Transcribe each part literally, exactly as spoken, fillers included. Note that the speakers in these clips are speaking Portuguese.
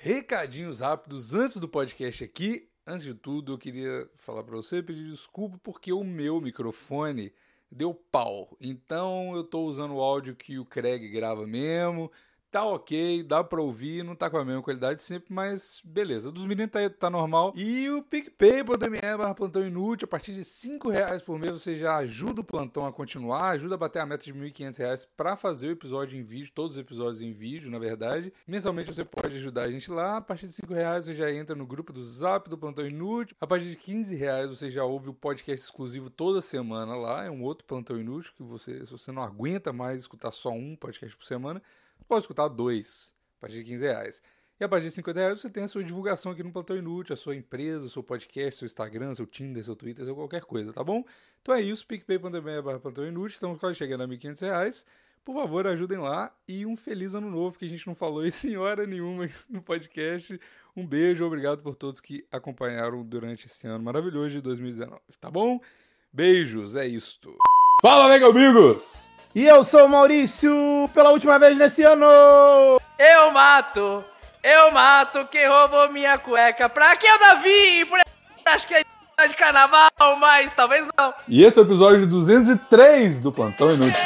Recadinhos rápidos antes do podcast aqui. Antes de tudo, eu queria falar para você, pedir desculpa porque o meu microfone deu pau. Então eu tô usando o áudio que o Craig grava mesmo. Tá ok, dá pra ouvir, não tá com a mesma qualidade sempre, mas beleza. Dos meninos tá, tá normal. E o PicPay.me barra Plantão Inútil, a partir de cinco reais por mês você já ajuda o Plantão a continuar, ajuda a bater a meta de mil e quinhentos reais pra fazer o episódio em vídeo, todos os episódios em vídeo, na verdade. Mensalmente você pode ajudar a gente lá, a partir de cinco reais você já entra no grupo do Zap do Plantão Inútil, a partir de quinze reais você já ouve o podcast exclusivo toda semana lá, é um outro Plantão Inútil que você, se você não aguenta mais escutar só um podcast por semana, pode escutar dois, a partir de quinze reais. E a partir de cinquenta reais você tem a sua divulgação aqui no Plantão Inútil, a sua empresa, o seu podcast, seu Instagram, seu Tinder, seu Twitter, seu qualquer coisa, tá bom? Então é isso, PicPay.me barra Plantão Inútil, estamos quase chegando a mil e quinhentos reais. Por favor, ajudem lá e um feliz ano novo, porque a gente não falou isso em hora nenhuma no podcast. Um beijo, obrigado por todos que acompanharam durante esse ano maravilhoso de dois mil e dezenove, tá bom? Beijos, é isto. Fala, mega amigos! E eu sou o Maurício, pela última vez nesse ano! Eu mato, eu mato quem roubou minha cueca. Pra que o Davi? Por acho que é de carnaval, mas talvez não. E esse é o episódio duzentos e três do Plantão Inútil.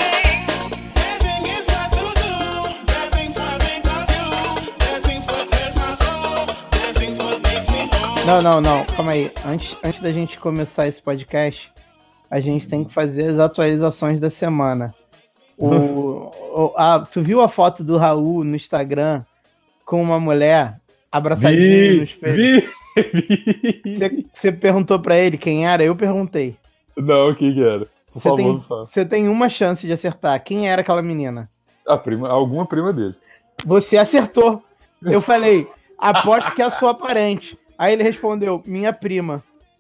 Não, não, não, calma aí. Antes, antes da gente começar esse podcast, a gente tem que fazer as atualizações da semana. O, o, a, tu viu a foto do Raul no Instagram com uma mulher abraçadinha vi, no espelho? Vi, Você perguntou pra ele quem era? Eu perguntei. Não, quem que era? Por Você favor, tem, me fala. você tem uma chance de acertar. Quem era aquela menina? A prima, alguma prima dele. Você acertou. Eu falei, aposto que é a sua parente. Aí ele respondeu, minha prima.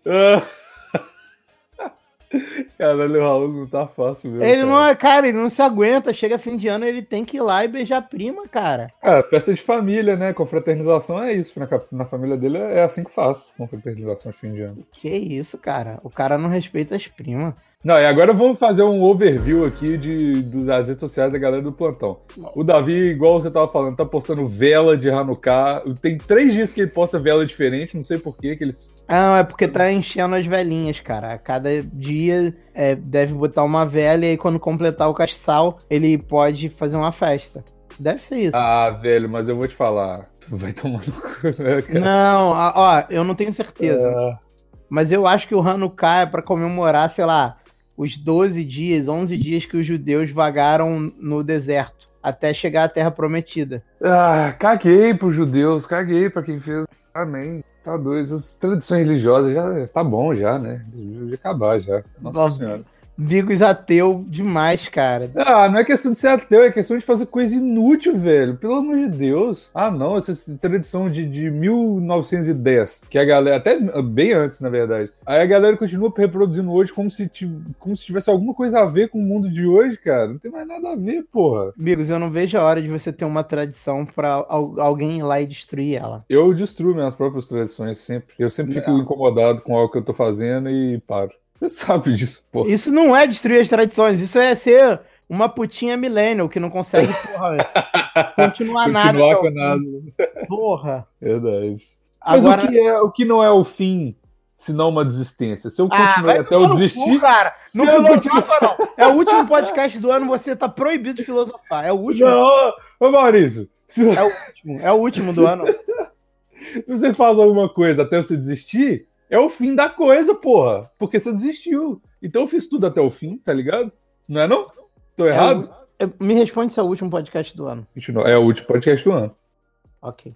Caralho, o Raul não tá fácil mesmo. Ele cara. não é, cara, ele não se aguenta. Chega fim de ano, ele tem que ir lá e beijar a prima, cara. É, festa de família, né? Confraternização é isso. Na, na família dele é assim que faz. Confraternização de fim de ano. Que isso, cara. O cara não respeita as primas. Não, e agora vamos fazer um overview aqui de, das redes sociais da galera do Plantão. O Davi, igual você tava falando, tá postando vela de Hanukkah. Tem três dias que ele posta vela diferente, não sei porquê que eles... Ah, não, é porque tá enchendo as velhinhas, cara. A cada dia é, deve botar uma vela e aí quando completar o castiçal, ele pode fazer uma festa. Deve ser isso. Ah, velho, mas eu vou te falar. Vai tomar no cu, né, cara? Não, ó, eu não tenho certeza. Ah. Mas eu acho que o Hanukkah é pra comemorar, sei lá, os doze dias, onze dias que os judeus vagaram no deserto, até chegar à Terra Prometida. Ah, caguei pros judeus, caguei pra quem fez. Amém. Tá doido. As tradições religiosas já tá bom já, né? De acabar já. Nossa Nossa, Senhora. Bigos ateu demais, cara. Ah, não é questão de ser ateu, é questão de fazer coisa inútil, velho. Pelo amor de Deus. Ah, não, essa tradição de, de mil novecentos e dez, que a galera, até bem antes, na verdade. Aí a galera continua reproduzindo hoje como se, como se tivesse alguma coisa a ver com o mundo de hoje, cara. Não tem mais nada a ver, porra. Bigos, eu não vejo a hora de você ter uma tradição pra alguém ir lá e destruir ela. Eu destruo minhas próprias tradições sempre. Eu sempre fico não. incomodado com algo que eu tô fazendo e paro. Você sabe disso, porra. Isso não é destruir as tradições, isso é ser uma putinha millennial que não consegue, porra, continuar nada. Continuar com nada. Porra. Verdade. Mas Agora... o, que é, o que não é o fim, senão uma desistência? Se eu continuar ah, até eu desistir... Cu, cara. Não filosofa, continuar... não. É o último podcast do ano, você tá proibido de filosofar. É o último. Não, ô Maurício. Se... É o último, é o último do ano. Se você faz alguma coisa até você desistir... É o fim da coisa, porra. Porque você desistiu. Então eu fiz tudo até o fim, tá ligado? Não é não? Tô errado? É o... Me responde se é o último podcast do ano. É o último podcast do ano. Ok.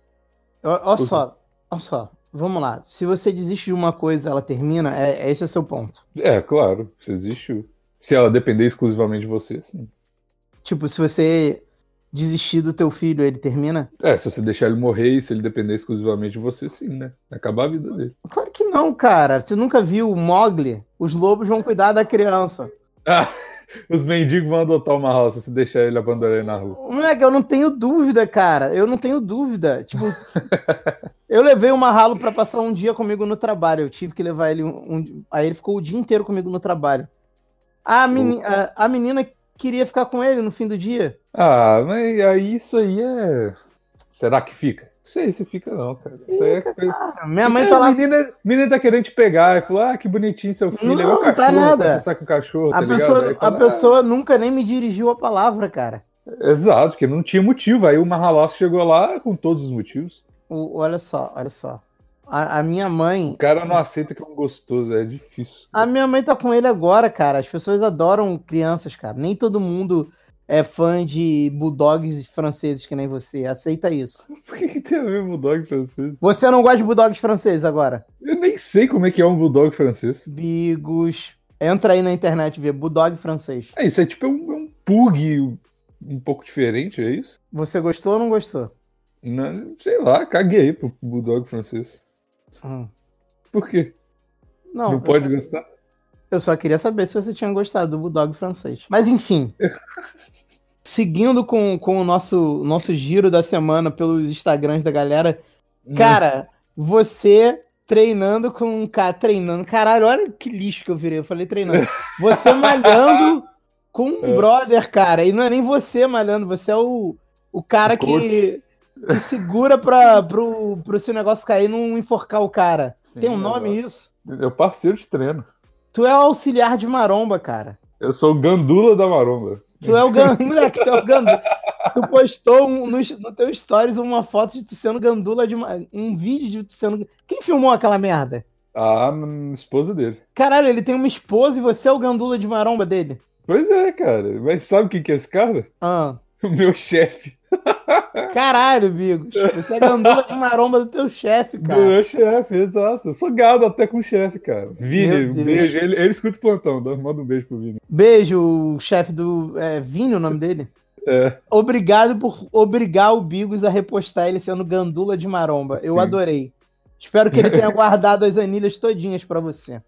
Olha só, olha só. Vamos lá. Se você desiste de uma coisa, ela termina, é, esse é o seu ponto. É, claro. Você desistiu. Se ela depender exclusivamente de você, sim. Tipo, se você... desistir do teu filho, ele termina? É, se você deixar ele morrer e se ele depender exclusivamente de você, sim, né? Acabar a vida dele. Claro que não, cara. Você nunca viu o Mowgli? Os lobos vão cuidar da criança. Ah, os mendigos vão adotar uma raça se você deixar ele abandonado na rua. Moleque, eu não tenho dúvida, cara. Eu não tenho dúvida. Tipo, eu levei o Marralo pra passar um dia comigo no trabalho. Eu tive que levar ele um... um... Aí ele ficou o dia inteiro comigo no trabalho. A, meni... a... a menina... queria ficar com ele no fim do dia. Ah, mas aí isso aí é... Será que fica? Sei se fica não, cara. Isso aí é coisa... Cara, minha Isso mãe é, tá lá. Menina, menina tá querendo te pegar e falou: ah, que bonitinho seu filho. Não, é igual não tá cachorro, nada. quando você sai com o cachorro, A tá pessoa, ligado? Aí a fala, pessoa nunca nem me dirigiu a palavra, cara. ah, exato, porque não tinha motivo. Aí o Marralaço chegou lá com todos os motivos. O- olha só, olha só. A, a minha O mãe. cara não aceita que é um gostoso, é difícil. A minha mãe tá com ele agora, cara. As pessoas adoram crianças, cara. Nem todo mundo é fã de bulldogs franceses que nem você. Aceita isso. Por que, que tem a ver bulldog francês? Você não gosta de bulldogs franceses agora? Eu nem sei como é que é um bulldog francês. Bigos. Entra aí na internet e vê bulldog francês. É, isso é tipo um, um pug um pouco diferente, é isso? Você gostou ou não gostou? Não, sei lá, caguei pro bulldog francês. Hum. Por quê? Não, Não eu pode só- gostar? Eu só queria saber se você tinha gostado do bulldog francês. Mas enfim. Seguindo com, com o nosso, nosso giro da semana pelos Instagrams da galera. Cara, você treinando com um cara. Treinando. Caralho, olha que lixo que eu virei. Eu falei treinando. Você malhando com um É. brother, cara. E não é nem você malhando, você é o, o cara O que, que segura pra, pro, pro seu negócio cair e não enforcar o cara. Sim, Tem um nome exato. isso? É o parceiro de treino. Tu é o auxiliar de maromba, cara. Eu sou o gandula da maromba. Tu é o gandula, moleque, tu é o gandula. Tu postou um- no, no teu stories uma foto de tu sendo gandula de ma- um vídeo de tu sendo. Quem filmou aquela merda? A n- esposa dele. Caralho, ele tem uma esposa e você é o gandula de maromba dele? Pois é, cara. Mas sabe quem que é esse cara? Ah. O meu chefe. Caralho, Bigos. Você é gandula de maromba do teu chefe, Do cara. meu chefe, exato. Eu sou gado até com o chefe, cara. Vini, Meu um Deus. beijo. Ele, ele escuta o plantão. dá- Manda um beijo pro Vini. Beijo, o chefe do. É, Vini, o nome dele? É. Obrigado por obrigar o Bigos a repostar ele sendo gandula de maromba. Eu Sim. adorei. Espero que ele tenha guardado as anilhas todinhas pra você.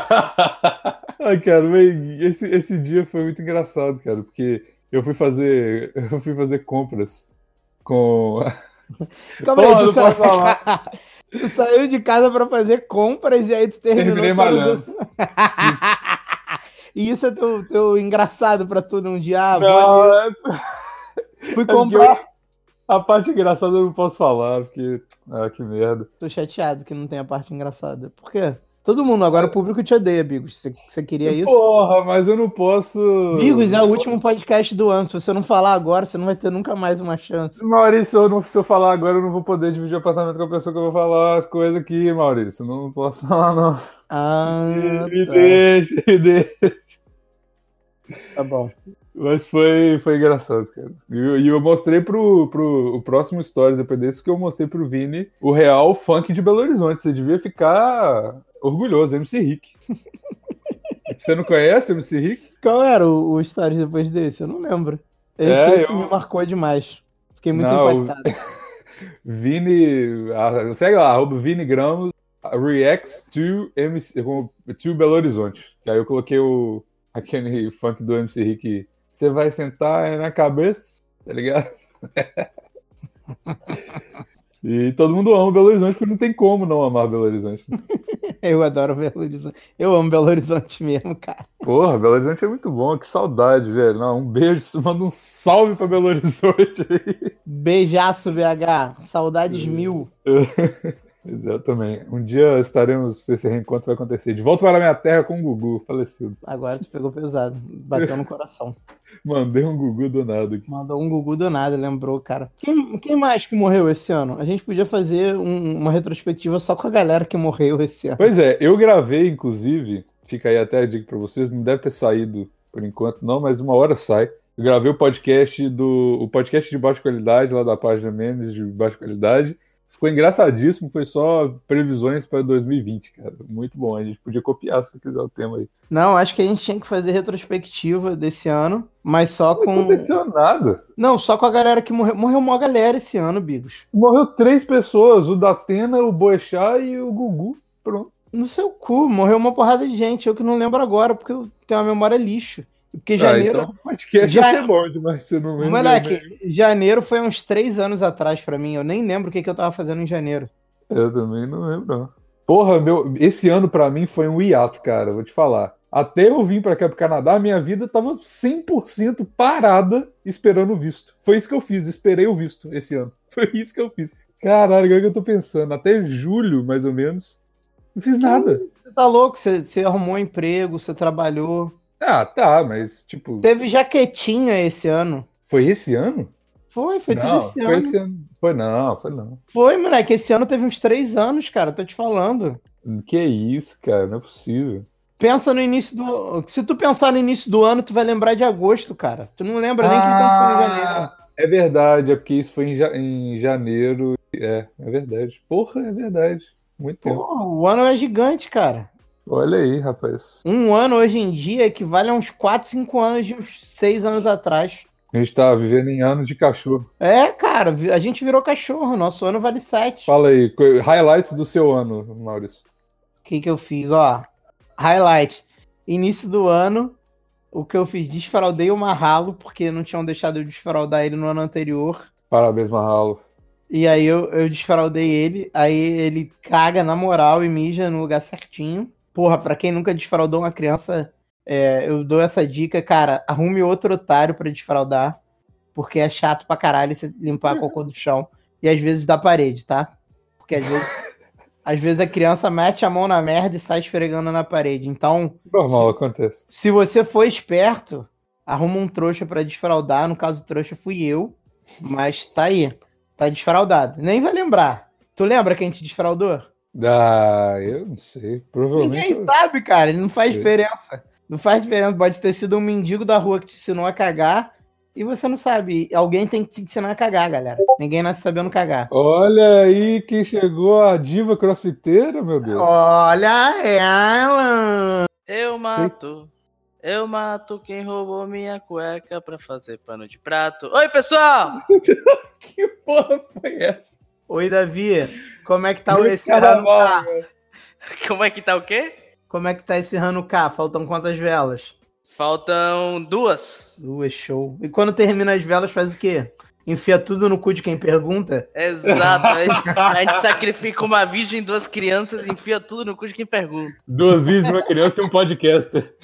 Ai, cara, mas esse, esse dia foi muito engraçado, cara, porque eu fui fazer, eu fui fazer compras com... Calma Pô, aí, tu, não sa... posso falar. tu saiu de casa pra fazer compras e aí tu terminou. Terminei sendo- malhando. E isso é teu, teu engraçado pra tu num dia. Ah, vou Não, ali, é... fui é porque comprar. eu- a parte engraçada eu não posso falar, porque... Ah, que merda. Tô chateado que não tem a parte engraçada. Por quê? Todo mundo, agora o público te odeia, Bigos. Você, você queria isso? Porra, mas eu não posso... Bigos, é o último podcast do ano. Se você não falar agora, você não vai ter nunca mais uma chance. Maurício, eu não, se eu falar agora, eu não vou poder dividir apartamento com a pessoa que eu vou falar as coisas aqui, Maurício. Não posso falar, não. Ah, me tá. deixa, me deixa. Tá bom. Mas foi, foi engraçado, cara. E eu, e eu mostrei pro, pro o próximo Stories depois desse que eu mostrei pro Vini o real funk de Belo Horizonte. Você devia ficar orgulhoso, M C Rick. Você não conhece o M C Rick? Qual era o, o stories depois desse? Eu não lembro. Ele É, esse eu- me marcou demais. Fiquei muito Não, impactado. Vini, ah, segue lá, arroba Vini Gramos, reacts to, M C, to Belo Horizonte. Que aí eu coloquei o, aquele funk do M C Rick. Você vai sentar na cabeça, tá ligado? E todo mundo ama Belo Horizonte, porque não tem como não amar Belo Horizonte. Eu adoro Belo Horizonte. Eu amo Belo Horizonte mesmo, cara. Porra, Belo Horizonte é muito bom, que saudade, velho. Não, um beijo, manda um salve pra Belo Horizonte aí. Beijaço, B H. Saudades mil. Exatamente. Um dia estaremos, esse reencontro vai acontecer. De volta para a minha terra com o Gugu, falecido. Agora tu pegou pesado. Bateu no coração. Mandei um Gugu do nada aqui. Mandou um Gugu do nada, lembrou, cara. Quem, quem mais que morreu esse ano? A gente podia fazer um- uma retrospectiva só com a galera que morreu esse ano. Pois é, eu gravei, inclusive, fica aí até a dica pra vocês, não deve ter saído por enquanto não, mas uma hora sai. Eu gravei o podcast do o podcast de baixa qualidade, lá da página Memes de baixa qualidade. Ficou engraçadíssimo, foi só previsões para dois mil e vinte, cara. Muito bom, a gente podia copiar se quiser o tema aí. Não, acho que a gente tinha que fazer retrospectiva desse ano, mas só Não com. aconteceu nada. Não, só com a galera que morreu. Morreu uma galera esse ano, Bigos. Morreu três pessoas, o Datena, o Boechat e o Gugu. Pronto. No seu cu, morreu uma porrada de gente. Eu que não lembro agora, porque eu tenho uma memória lixo. Porque janeiro. Ah, então o podcast Já- ia ser bom demais, você não lembra. Moleque, né? janeiro foi uns três anos atrás pra mim. Eu nem lembro o que, que eu tava fazendo em janeiro. Eu também não lembro, não. Porra, meu, esse ano pra mim foi um hiato, cara, vou te falar. Até eu vim pra cá pro Canadá, minha vida tava cem por cento parada esperando o visto. Foi isso que eu fiz, esperei o visto esse ano. Foi isso que eu fiz. Caralho, agora que eu tô pensando. Até julho, mais ou menos, não fiz nada. Você tá louco? Você, você arrumou um emprego, você trabalhou. Ah, tá, mas tipo... Teve jaquetinha esse ano. Foi esse ano? Foi, foi não, tudo esse foi ano. esse ano. Foi não, foi não. Foi, moleque. Esse ano teve uns três anos, cara. Tô te falando. Que isso, cara, não é possível. Pensa no início do... Se tu pensar no início do ano, tu vai lembrar de agosto, cara. Tu não lembra nem o que aconteceu em janeiro. É verdade, é porque isso foi em, ja- em janeiro. É, é verdade. Porra, é verdade. Muito tempo. Porra, o ano é gigante, cara. Olha aí, rapaz. Um ano hoje em dia equivale a uns quatro, cinco anos de uns seis anos atrás. A gente tá vivendo em ano de cachorro. É, cara, vi- a gente virou cachorro. Nosso ano vale sete. O Fala aí, co- highlights do seu ano, Maurício. que que eu fiz? Ó, highlight. Início do ano, o que eu fiz? Desfraudei o Marralo, porque não tinham deixado eu desfraudar ele no ano anterior. Parabéns, Marralo. E aí eu, eu desfraudei ele, aí ele caga na moral e mija no lugar certinho. Porra, pra quem nunca desfraudou uma criança, é, eu dou essa dica, cara, arrume outro otário pra desfraudar, porque é chato pra caralho você limpar a cocô do chão e às vezes da parede, tá? Porque às vezes, às vezes a criança mete a mão na merda e sai esfregando na parede. Então, Normal, acontece. se você for esperto, arruma um trouxa pra desfraudar. No caso, o trouxa fui eu, mas tá aí. Tá desfraudado. Nem vai lembrar. Tu lembra quem te desfraudou? Ah, eu não sei. Provavelmente. Ninguém eu- sabe, cara. Não faz Sei. diferença. Não faz diferença. Pode ter sido um mendigo da rua que te ensinou a cagar e você não sabe. Alguém tem que te ensinar a cagar, galera. Ninguém nasce sabendo cagar. Olha aí quem chegou, a diva crossfiteira, meu Deus. Olha ela! Eu mato, eu mato quem roubou minha cueca pra fazer pano de prato. Oi, pessoal! Que porra foi essa? Oi, Davi. Como é que tá Muito esse carnaval, Hanukkah? velho. Como é que tá o quê? Como é que tá esse Hanukkah? Faltam quantas velas? Faltam duas. Duas, show. E quando termina as velas, faz o quê? Enfia tudo no cu de quem pergunta? Exato. A gente, a gente sacrifica uma virgem, duas crianças e enfia tudo no cu de quem pergunta. Duas vídeos, uma criança e um podcaster.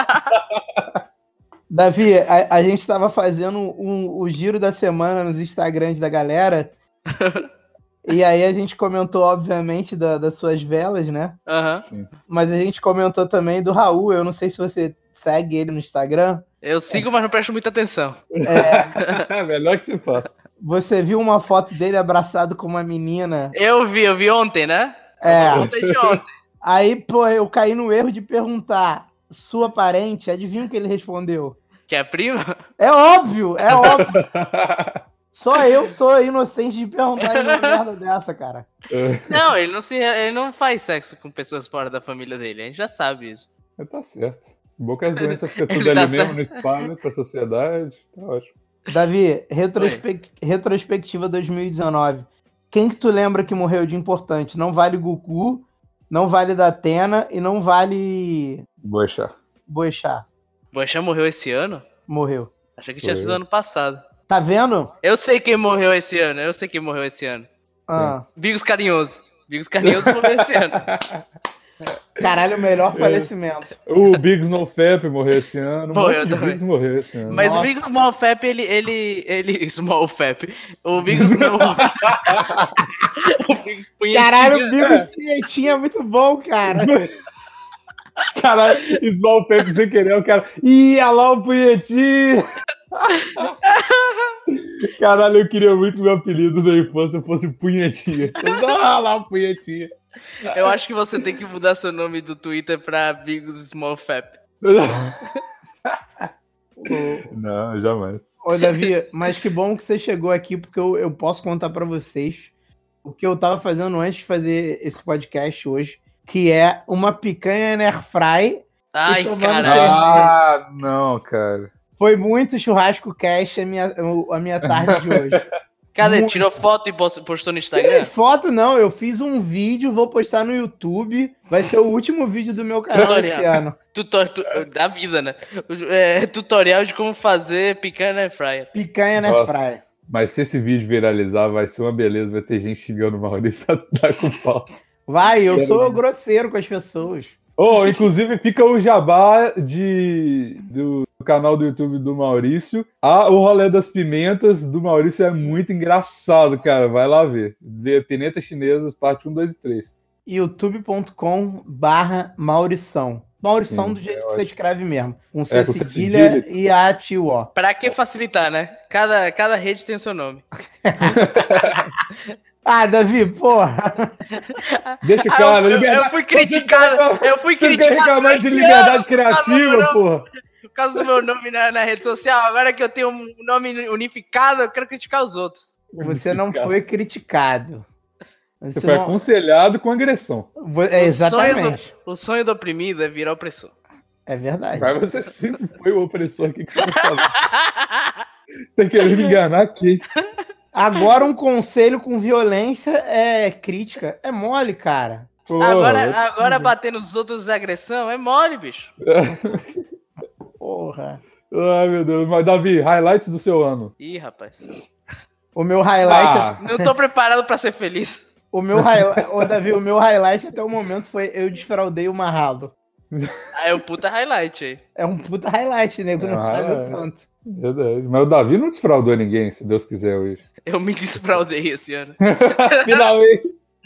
Davi, a, a gente tava fazendo um- o giro da semana nos Instagrams da galera. E aí a gente comentou, obviamente, da- das suas velas, né? Aham. Sim. Mas a gente comentou também do Raul. Eu não sei se você segue ele no Instagram. Eu sigo, mas não presto muita atenção. É melhor que você faça. Você viu uma foto dele abraçado com uma menina. Eu vi, eu vi ontem, né? É. Ontem de ontem. Aí, pô, eu caí no erro de perguntar sua parente. Adivinha o que ele respondeu? Que é prima? É óbvio, é óbvio. Só eu sou inocente de perguntar uma merda dessa, cara. Não, ele não, se, ele não faz sexo com pessoas fora da família dele. A gente já sabe isso. Mas tá certo. Bom que as doenças ficam Ele tudo tá ali mesmo, certo. não espalha pra sociedade. Tá ótimo. Davi, retrospec- retrospectiva dois mil e dezenove. Quem que tu lembra que morreu de importante? Não vale Goku, não vale Datena e não vale Boixá. Boechat. Boechat morreu esse ano? Morreu. Achei que tinha Foi. sido ano passado. Tá vendo? Eu sei quem morreu esse ano, eu sei quem morreu esse ano. Ah, Bigos Carinhoso. Bigos Carinhoso morreu esse ano. caralho, o melhor falecimento. O Biggs No Fap morreu esse ano. Um Morreu monte de também. Biggs morreu esse ano. Mas Nossa. o Bigos Small Fap, ele, ele, ele... Small Fap. O Bigos... o Bigos Punhetinha. Caralho, o Bigos Pinhetinha é muito bom, cara. Caralho, Small Fap sem querer, o cara. Ih, olha lá o punhetinho! Caralho, eu queria muito que meu apelido da infância fosse Punhetinha. Olha lá o Punhetinha. Eu acho que você tem que mudar seu nome do Twitter pra Bigos Small Fap. Não, jamais. Ô, Davi, mas que bom que você chegou aqui, porque eu, eu posso contar pra vocês o que eu tava fazendo antes de fazer esse podcast hoje, que é uma picanha na airfry. Ai, tomando caralho. cerveja. Ah, não, cara. Foi muito churrasco cash a minha, a minha tarde de hoje. Cadê? Muito. Tirou foto e post- postou no Tirei Instagram? foto, não. Eu fiz um vídeo, vou postar no YouTube. Vai ser o último vídeo do meu canal Tutorial. esse ano. Tutor, tu, da vida, né? É, tutorial de como fazer picanha na air fryer. Picanha na Nossa. airfry. Mas se esse vídeo viralizar, vai ser uma beleza. Vai ter gente xingando o Maurício a dar com pau. Vai, eu sou grosseiro com as pessoas. Oh, inclusive fica o jabá de, do, no canal do YouTube do Maurício. Ah, o Rolê das Pimentas do Maurício é muito engraçado, cara. Vai lá ver. Vê Pimentas Chinesas, parte um, dois e três. youtube.com barra Maurição. Maurição Sim, do jeito é que você ótimo. escreve mesmo. Com É, C com C cedilha cedilha. e A T U O. Pra que facilitar, né? Cada, cada rede tem o seu nome. Ah, Davi, porra. Deixa o Ah, cara. eu, eu, liberdade- eu fui criticado. Eu fui Você fica criticado. reclamando de durante liberdade anos por causa do meu criativa, nome- porra. Por causa do meu nome na, na rede social. Agora que eu tenho um nome unificado, eu quero criticar os outros. Você não foi criticado. Você foi não... aconselhado com agressão. É, exatamente. O sonho, do, o sonho do oprimido é virar opressor. É verdade. Mas você sempre foi o opressor aqui que você não falou. Você tá querendo me enganar aqui. Agora um conselho com violência é crítica. É mole, cara. Porra, Agora, agora bater nos outros agressão é mole, bicho. Porra. Ai, meu Deus. Mas, Davi, highlights do seu ano. Ih, rapaz. O meu highlight... Ah, Não tô preparado pra ser feliz. O meu highlight... Ô, Davi, o meu highlight até o momento foi eu desfraudei o Marralo. Ah, é um puta highlight aí. É um puta highlight, nego. Não Ah, sabe o é. tanto. verdade. Mas o Davi não desfraudou ninguém, se Deus quiser, hoje. Eu me desfraudei esse ano. Finalmente.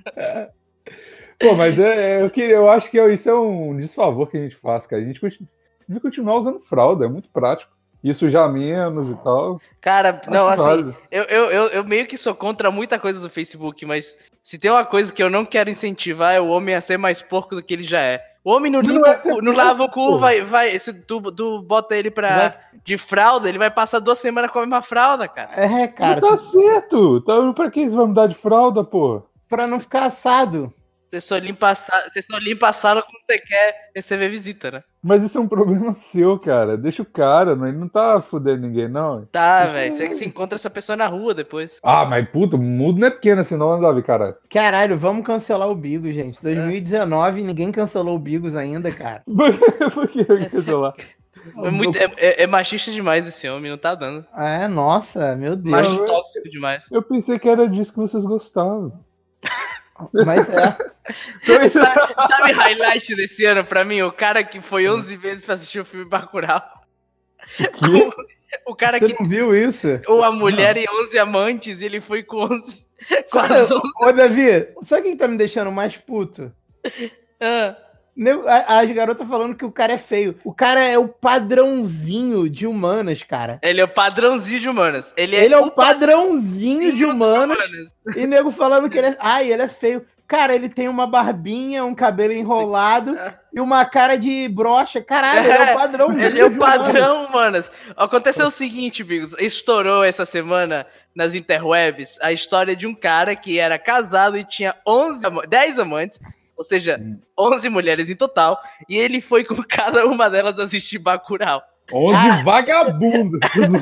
Pô, mas é, é, eu, queria, eu acho que isso é um desfavor que a gente faz, cara. A gente continua, deve continuar usando fralda, é muito prático. Isso já menos e tal. Cara, não, Acho assim, válido. eu, eu, eu, eu meio que sou contra muita coisa do Facebook, mas se tem uma coisa que eu não quero incentivar é o homem a ser mais porco do que ele já é. O homem não, Não limpa, é o ser cu, não porco, lava o cu, pô. vai, vai, se tu, tu bota ele pra, Vai- de fralda, ele vai passar duas semanas com a mesma fralda, cara. É, cara. Não tá tu- certo. Tá, pra que você vai mudar de fralda, pô? Pra não ficar assado. Você só limpa a sala, você só limpa a sala quando você quer receber visita, né? Mas isso é um problema seu, cara. Deixa o cara, não, ele não tá fudendo ninguém, não. Tá, velho, você que se encontra essa pessoa na rua depois. Ah, mas puta, o mundo não é pequeno assim, não, Davi, cara. Caralho, vamos cancelar o Bigos, gente. dois mil e dezenove, ninguém cancelou o Bigos ainda, cara. Por que eu quis lá? É, muito, é, é- é machista demais esse homem, não tá dando. É, nossa, meu Deus. Macho eu- tóxico demais. Eu pensei que era disso que vocês gostavam. Mas é. sabe, sabe highlight desse ano pra mim? O cara que foi onze vezes pra assistir o filme Bacurau. Que? O cara Você que... não viu isso? Ou a mulher e onze amantes, e ele foi com onze... Com Sabe, as onze... ô, Davi, sabe quem tá me deixando mais puto? Ah, Nego- a- As garotas falando que o cara é feio. O cara é o padrãozinho de humanas, cara. ele é o padrãozinho de humanas. Ele é, Ele é o padrãozinho de humanas. humanas. E nego falando que ele é. Ai, ele é feio. Cara, ele tem uma barbinha, um cabelo enrolado e uma cara de brocha. Caralho, ele é o padrãozinho. Ele é o de humanas. padrão, manas. Aconteceu o seguinte, Bigos. Estourou essa semana nas interwebs a história de um cara que era casado e tinha onze, ama- dez amantes, ou seja, onze mulheres em total, e ele foi com cada uma delas assistir Bacurau. onze Ah. vagabundos.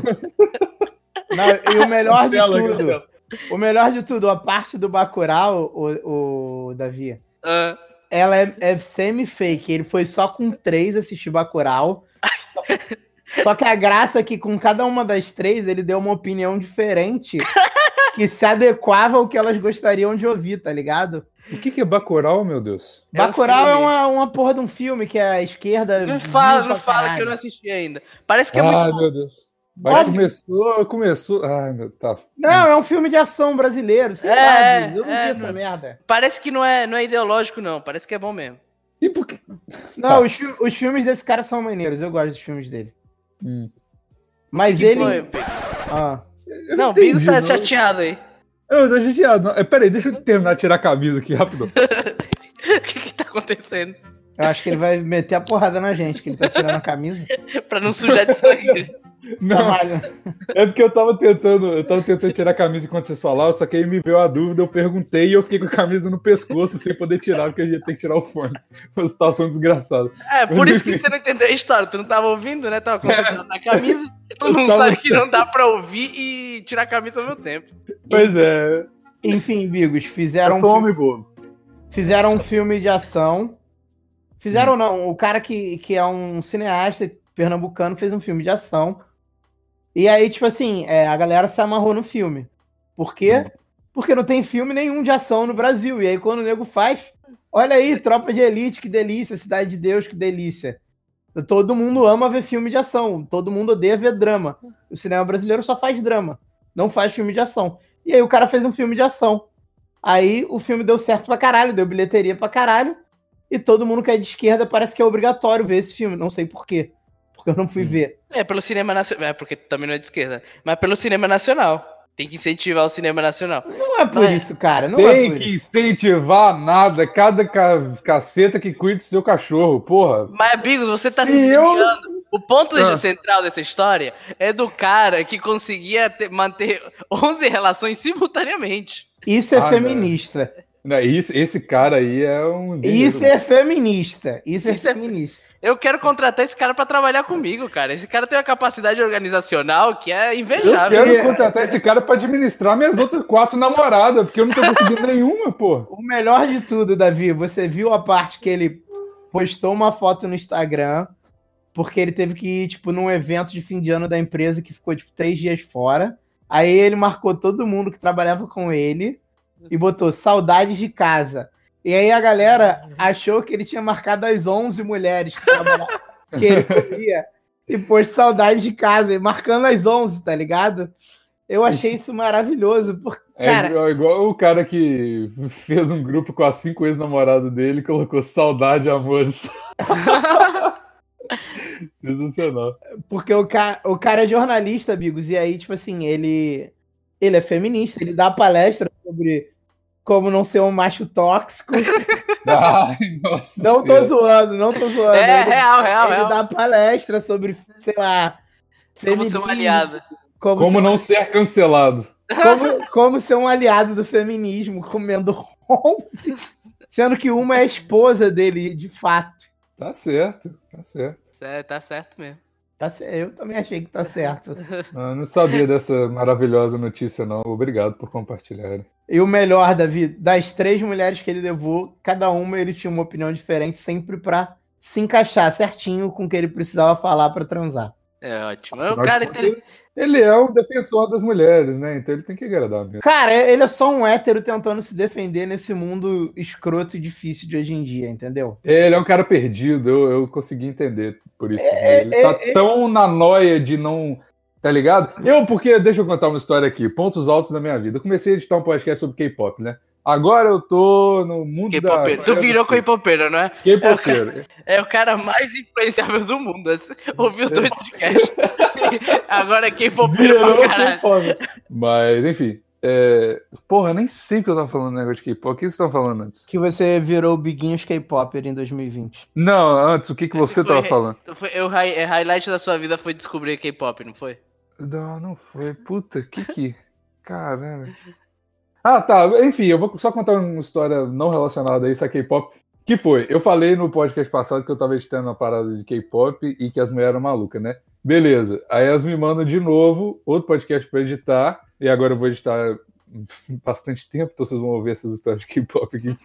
Não, e o melhor de Cancela, tudo. cancela. O melhor de tudo, a parte do Bacurau, o, o Davi, Ah, ela é, é semi-fake. Ele foi só com três assistir Bacurau. Só, só que a graça é que com cada uma das três, ele deu uma opinião diferente que se adequava ao que elas gostariam de ouvir, tá ligado? O que, que é Bacurau, meu Deus? É um Bacurau é filme. uma, uma porra de um filme que a esquerda... não viu fala, pra não fala caralho. que eu não assisti ainda. Parece que é Ai, muito bom. meu Deus. Mas Óbvio. começou, começou. Ai, meu, tá. Não, é um filme de ação brasileiro, sei É, lá, Bigos, eu não é, vi essa não- merda. Parece que não é, não é ideológico, não. Parece que é bom mesmo. E por que. Não, Tá. os, fi- os filmes desse cara são maneiros, eu gosto dos filmes dele. Hum. Mas Que ele... foi, Bigos? Ah, Eu Não, o Bigos entendi, tá não. chateado aí. Eu tô chateado. Não. É, peraí, deixa eu terminar de tirar a camisa aqui rápido. O que que tá acontecendo? eu acho que ele vai meter a porrada na gente, que ele tá tirando a camisa. Pra não sujar de sangue. Não, Trabalho. é porque eu tava tentando, eu tava tentando tirar a camisa enquanto vocês falavam, só que aí me veio a dúvida, eu perguntei e eu fiquei com a camisa no pescoço sem poder tirar, porque a gente tem que tirar o fone. Uma situação desgraçada. É, por isso que você não entendeu a história. Tu não tava ouvindo, né? Tava concentrado na camisa. Tu não Eu tava- sabe que não dá pra ouvir e tirar a camisa ao mesmo tempo. Pois é, Enfim, Bigos, eu fizeram, sou um um fi- homem bobo. fizeram um filme de ação. Fizeram não, o cara que, que é um cineasta pernambucano fez um filme de ação. E aí, tipo assim, é, a galera se amarrou no filme. Por quê? Porque não tem filme nenhum de ação no Brasil. E aí, quando o nego faz, olha aí, Tropa de Elite, que delícia, Cidade de Deus, que delícia. Todo mundo ama ver filme de ação, todo mundo odeia ver drama. O cinema brasileiro só faz drama, não faz filme de ação. E aí o cara fez um filme de ação. Aí o filme deu certo pra caralho, deu bilheteria pra caralho, e todo mundo que é de esquerda parece que é obrigatório ver esse filme, não sei por quê, porque eu não fui hum. ver. É, pelo cinema nacional, é porque também não é de esquerda, mas pelo cinema nacional. Tem que incentivar o cinema nacional. Não é por não isso, cara. Não tem é por que isso. incentivar nada. Cada ca- caceta que cuide do seu cachorro, porra. Mas, Bigos, você tá se, se desviando. eu... O ponto ah. central dessa história é do cara que conseguia ter, manter onze relações simultaneamente. Isso é ah, feminista. Não. Não, isso, esse cara aí é um... Isso é feminista. Isso, isso é feminista. É... Eu quero contratar esse cara pra trabalhar comigo, cara. Esse cara tem uma capacidade organizacional que é invejável. Eu quero contratar esse cara pra administrar minhas outras quatro namoradas, porque eu não tô conseguindo nenhuma, pô. O melhor de tudo, Davi, você viu a parte que ele postou uma foto no Instagram, porque ele teve que ir, tipo, num evento de fim de ano da empresa que ficou, tipo, três dias fora. Aí ele marcou todo mundo que trabalhava com ele e botou saudades de casa. E aí a galera achou que ele tinha marcado as onze mulheres que, que ele comia e pôs saudade de casa, marcando as onze, tá ligado? Eu achei isso maravilhoso. Porque, cara... É igual, igual o cara que fez um grupo com as cinco ex-namoradas dele e colocou saudade, amores. Sensacional. Porque o, ca... o cara é jornalista, amigos, e aí, tipo assim, ele, ele é feminista, ele dá palestra sobre... como não ser um macho tóxico. Ai, nossa não tô senhora. zoando, não tô zoando. É, ele, real, real, Ele real. dá palestra sobre, sei lá... Como ser um aliado. Como, como ser... não ser cancelado. Como, como ser um aliado do feminismo, comendo onze. Sendo que uma é a esposa dele, de fato. Tá certo, tá certo. É, tá certo mesmo. Tá, eu também achei que tá certo. Eu não sabia dessa maravilhosa notícia, não. Obrigado por compartilhar. E o melhor, Davi, das três mulheres que ele levou, cada uma ele tinha uma opinião diferente, sempre pra se encaixar certinho com o que ele precisava falar pra transar. É ótimo. O cara, ele, ele é o defensor das mulheres, né? Então ele tem que agradar mesmo. Cara, ele é só um hétero tentando se defender nesse mundo escroto e difícil de hoje em dia, entendeu? Ele é um cara perdido, eu, eu consegui entender por isso. É, ele é, tá é, tão na noia de não... Tá ligado? Eu, porque, deixa eu contar uma história aqui, pontos altos da minha vida. Eu comecei a editar um podcast sobre K-pop, né? Agora eu tô no mundo da... Tu virou K-popeiro, não é? K-popeiro. É, é o cara mais influenciável do mundo. Ouviu os dois podcasts. Agora é K-popeiro pra caralho. Mas, enfim. É... Porra, eu nem sei o que eu tava falando no negócio de K-pop. O que vocês estão falando antes? Que você virou o Biguinhos K-Popper em dois mil e vinte. Não, antes, o que, que você foi, tava falando? Foi, o highlight da sua vida foi descobrir K-pop, não foi? Não, não foi. Puta, que que... Caramba... Ah, tá. Enfim, eu vou só contar uma história não relacionada a isso, a K-pop. Que foi? Eu falei no podcast passado que eu tava editando uma parada de K-pop e que as mulheres eram malucas, né? Beleza. Aí elas me mandam de novo outro podcast pra editar. E agora eu vou editar bastante tempo, então vocês vão ouvir essas histórias de K-pop aqui.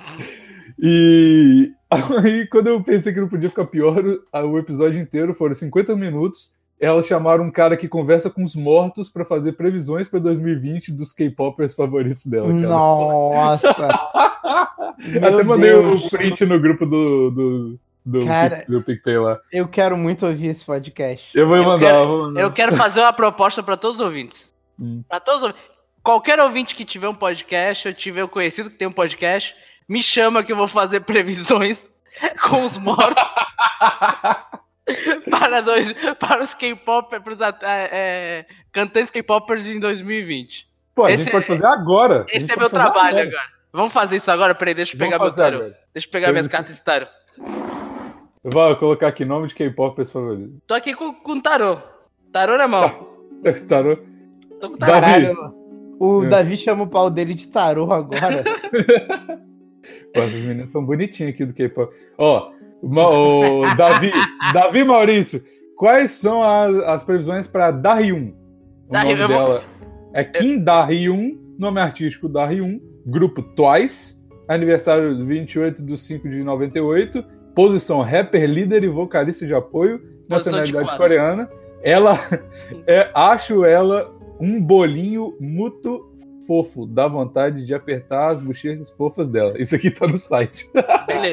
E aí, quando eu pensei que não podia ficar pior, o episódio inteiro foram cinquenta minutos. Elas chamaram um cara que conversa com os mortos pra fazer previsões pra dois mil e vinte dos K-popers favoritos dela. Cara. Nossa! Até mandei o print no grupo do, do, do, cara, do PicPay lá. Eu quero muito ouvir esse podcast. Eu vou eu mandar. Quero, vou mandar. Eu quero fazer uma proposta pra todos os ouvintes. Hum. Pra todos os ouvintes. Qualquer ouvinte que tiver um podcast, ou tiver um conhecido que tem um podcast, me chama que eu vou fazer previsões com os mortos. Para, dois, para os K-popers, é, cantantes K-popers em dois mil e vinte. Pô, a esse gente pode é, fazer agora. Esse é meu trabalho agora. agora. Vamos fazer isso agora? Peraí, deixa eu pegar meu tarô. Deixa eu pegar eu minhas disse... cartas de tarô. Eu vou colocar aqui nome de K-popers favorito. Tô aqui com, com tarô. Tarô na mão. Tarô. Tô com tarô. Caralho, o é. Davi chama o pau dele de tarô agora. Pô, essas meninas são bonitinhas aqui do K-pop. Ó... O Davi, Davi Maurício, quais são as, as previsões para Dahyun? O Dahyun, nome dela vou... é Kim Dahyun, nome artístico Dahyun, grupo Twice, aniversário vinte e oito de cinco de noventa e oito, posição rapper, líder e vocalista de apoio, nacionalidade coreana. Ela, é, acho ela um bolinho muito fofo, dá vontade de apertar as bochechas fofas dela. Isso aqui tá no site. Beleza.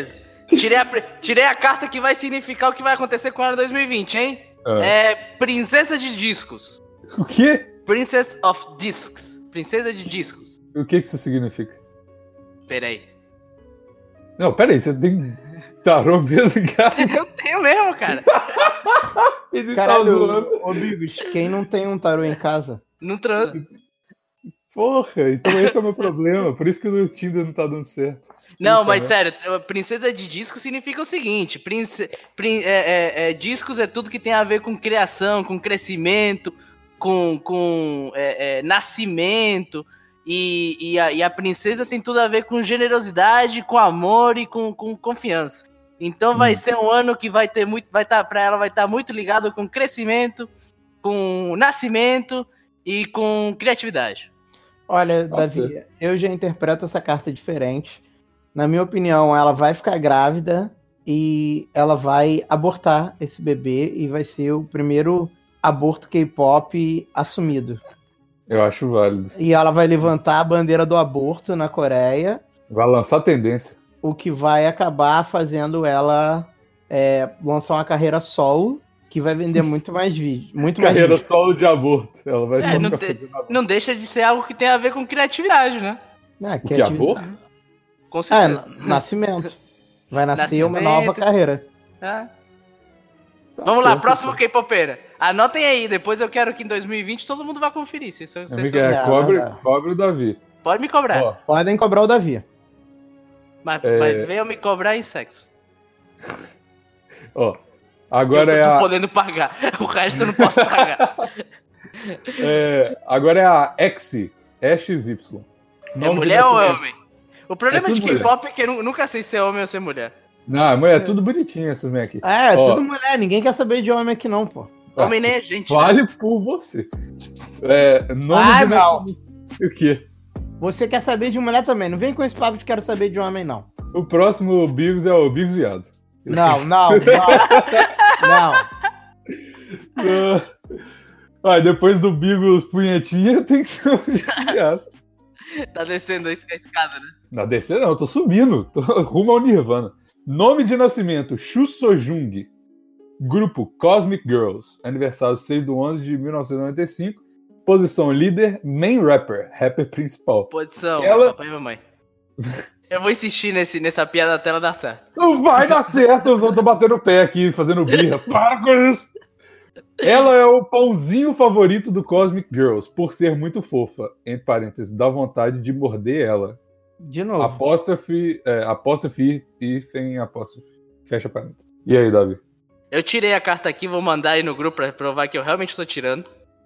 Tirei a, tirei a carta que vai significar o que vai acontecer com ela em dois mil e vinte, hein? Ah. É Princesa de Discos. O quê? Princess of Discs. Princesa de Discos. O que que isso significa? Peraí. Não, peraí, você tem tarô mesmo em casa? Eu tenho mesmo, cara. Ele tá Caralho, zoando. ô Bigos, quem não tem um tarô em casa? Não transa. Porra, então esse é o meu problema. Por isso que o Tinder não tá dando certo. Não, Puta, mas né? sério, princesa de disco significa o seguinte: prince, prin, é, é, é, discos é tudo que tem a ver com criação, com crescimento, com, com é, é, nascimento. E, e, a, e a princesa tem tudo a ver com generosidade, com amor e com, com confiança. Então vai Hum. ser um ano que vai ter muito, vai estar para ela vai estar muito ligado com crescimento, com nascimento e com criatividade. Olha, Pode Davi, ser. eu já interpreto essa carta diferente. Na minha opinião, ela vai ficar grávida e ela vai abortar esse bebê e vai ser o primeiro aborto K-pop assumido. Eu acho válido. E ela vai levantar a bandeira do aborto na Coreia, Vai lançar tendência. o que vai acabar fazendo ela é, lançar uma carreira solo que vai vender muito mais vídeos. Muito mais Carreira discos. solo de aborto. Ela vai É, só não, ficar de- fazendo aborto. não deixa de ser algo que tem a ver com criatividade, né? Ah, O que, criatividade. aborto? Com É, certeza. nascimento. Vai nascer uma Nascimento. nova carreira. É. Tá Vamos lá, certo, próximo tá. K-Popeira. Anotem aí, depois eu quero que em dois mil e vinte todo mundo vá conferir. Se isso, Amigo, é, É, cobre, verdade. cobre o Davi. Pode me cobrar. Ó, Podem cobrar o Davi. Mas, é- mas venham me cobrar em sexo. ó. Que Agora eu é tô a, podendo pagar. O resto eu não posso pagar. é, agora é a X, X Y. É Nome de mulher ou é nascimento. homem? O problema É de tudo mulher. K-pop é que eu nu- nunca sei se é homem ou se é mulher. Não, a mulher é tudo bonitinho essas minhas aqui. É, Ó. tudo mulher. Ninguém quer saber de homem aqui, não, pô. Ah, Homem nem é gente. né? Vale por você. É, nome Ai, de não. nascimento. O quê? Você quer saber de mulher também. Não vem com esse papo de quero saber de homem, não. O próximo Bigos é o Bigos Viado. Não, não, não. Não. Ah, ah, depois do Bigos Punhetinha tem que ser o Bigos Viado. Tá descendo a escada, né? Na D C não, eu tô subindo. Tô rumo ao Nirvana. Nome de nascimento: Shu Sojung. Grupo Cosmic Girls. Aniversário seis de onze de mil novecentos e noventa e cinco. Posição líder, main rapper. Rapper principal. Posição, Ela- papai e mamãe. Eu vou insistir nesse, nessa piada até ela dar certo. Não vai dar certo, eu tô batendo o pé aqui, fazendo birra. Para com isso! Ela é o pãozinho favorito do Cosmic Girls, por ser muito fofa. Entre parênteses, dá vontade de morder ela. De novo. Apóstrofe, é, apóstrofe, hífen, apóstrofe. Fecha parênteses. E aí, Davi? Eu tirei a carta aqui, vou mandar aí no grupo pra provar que eu realmente tô tirando.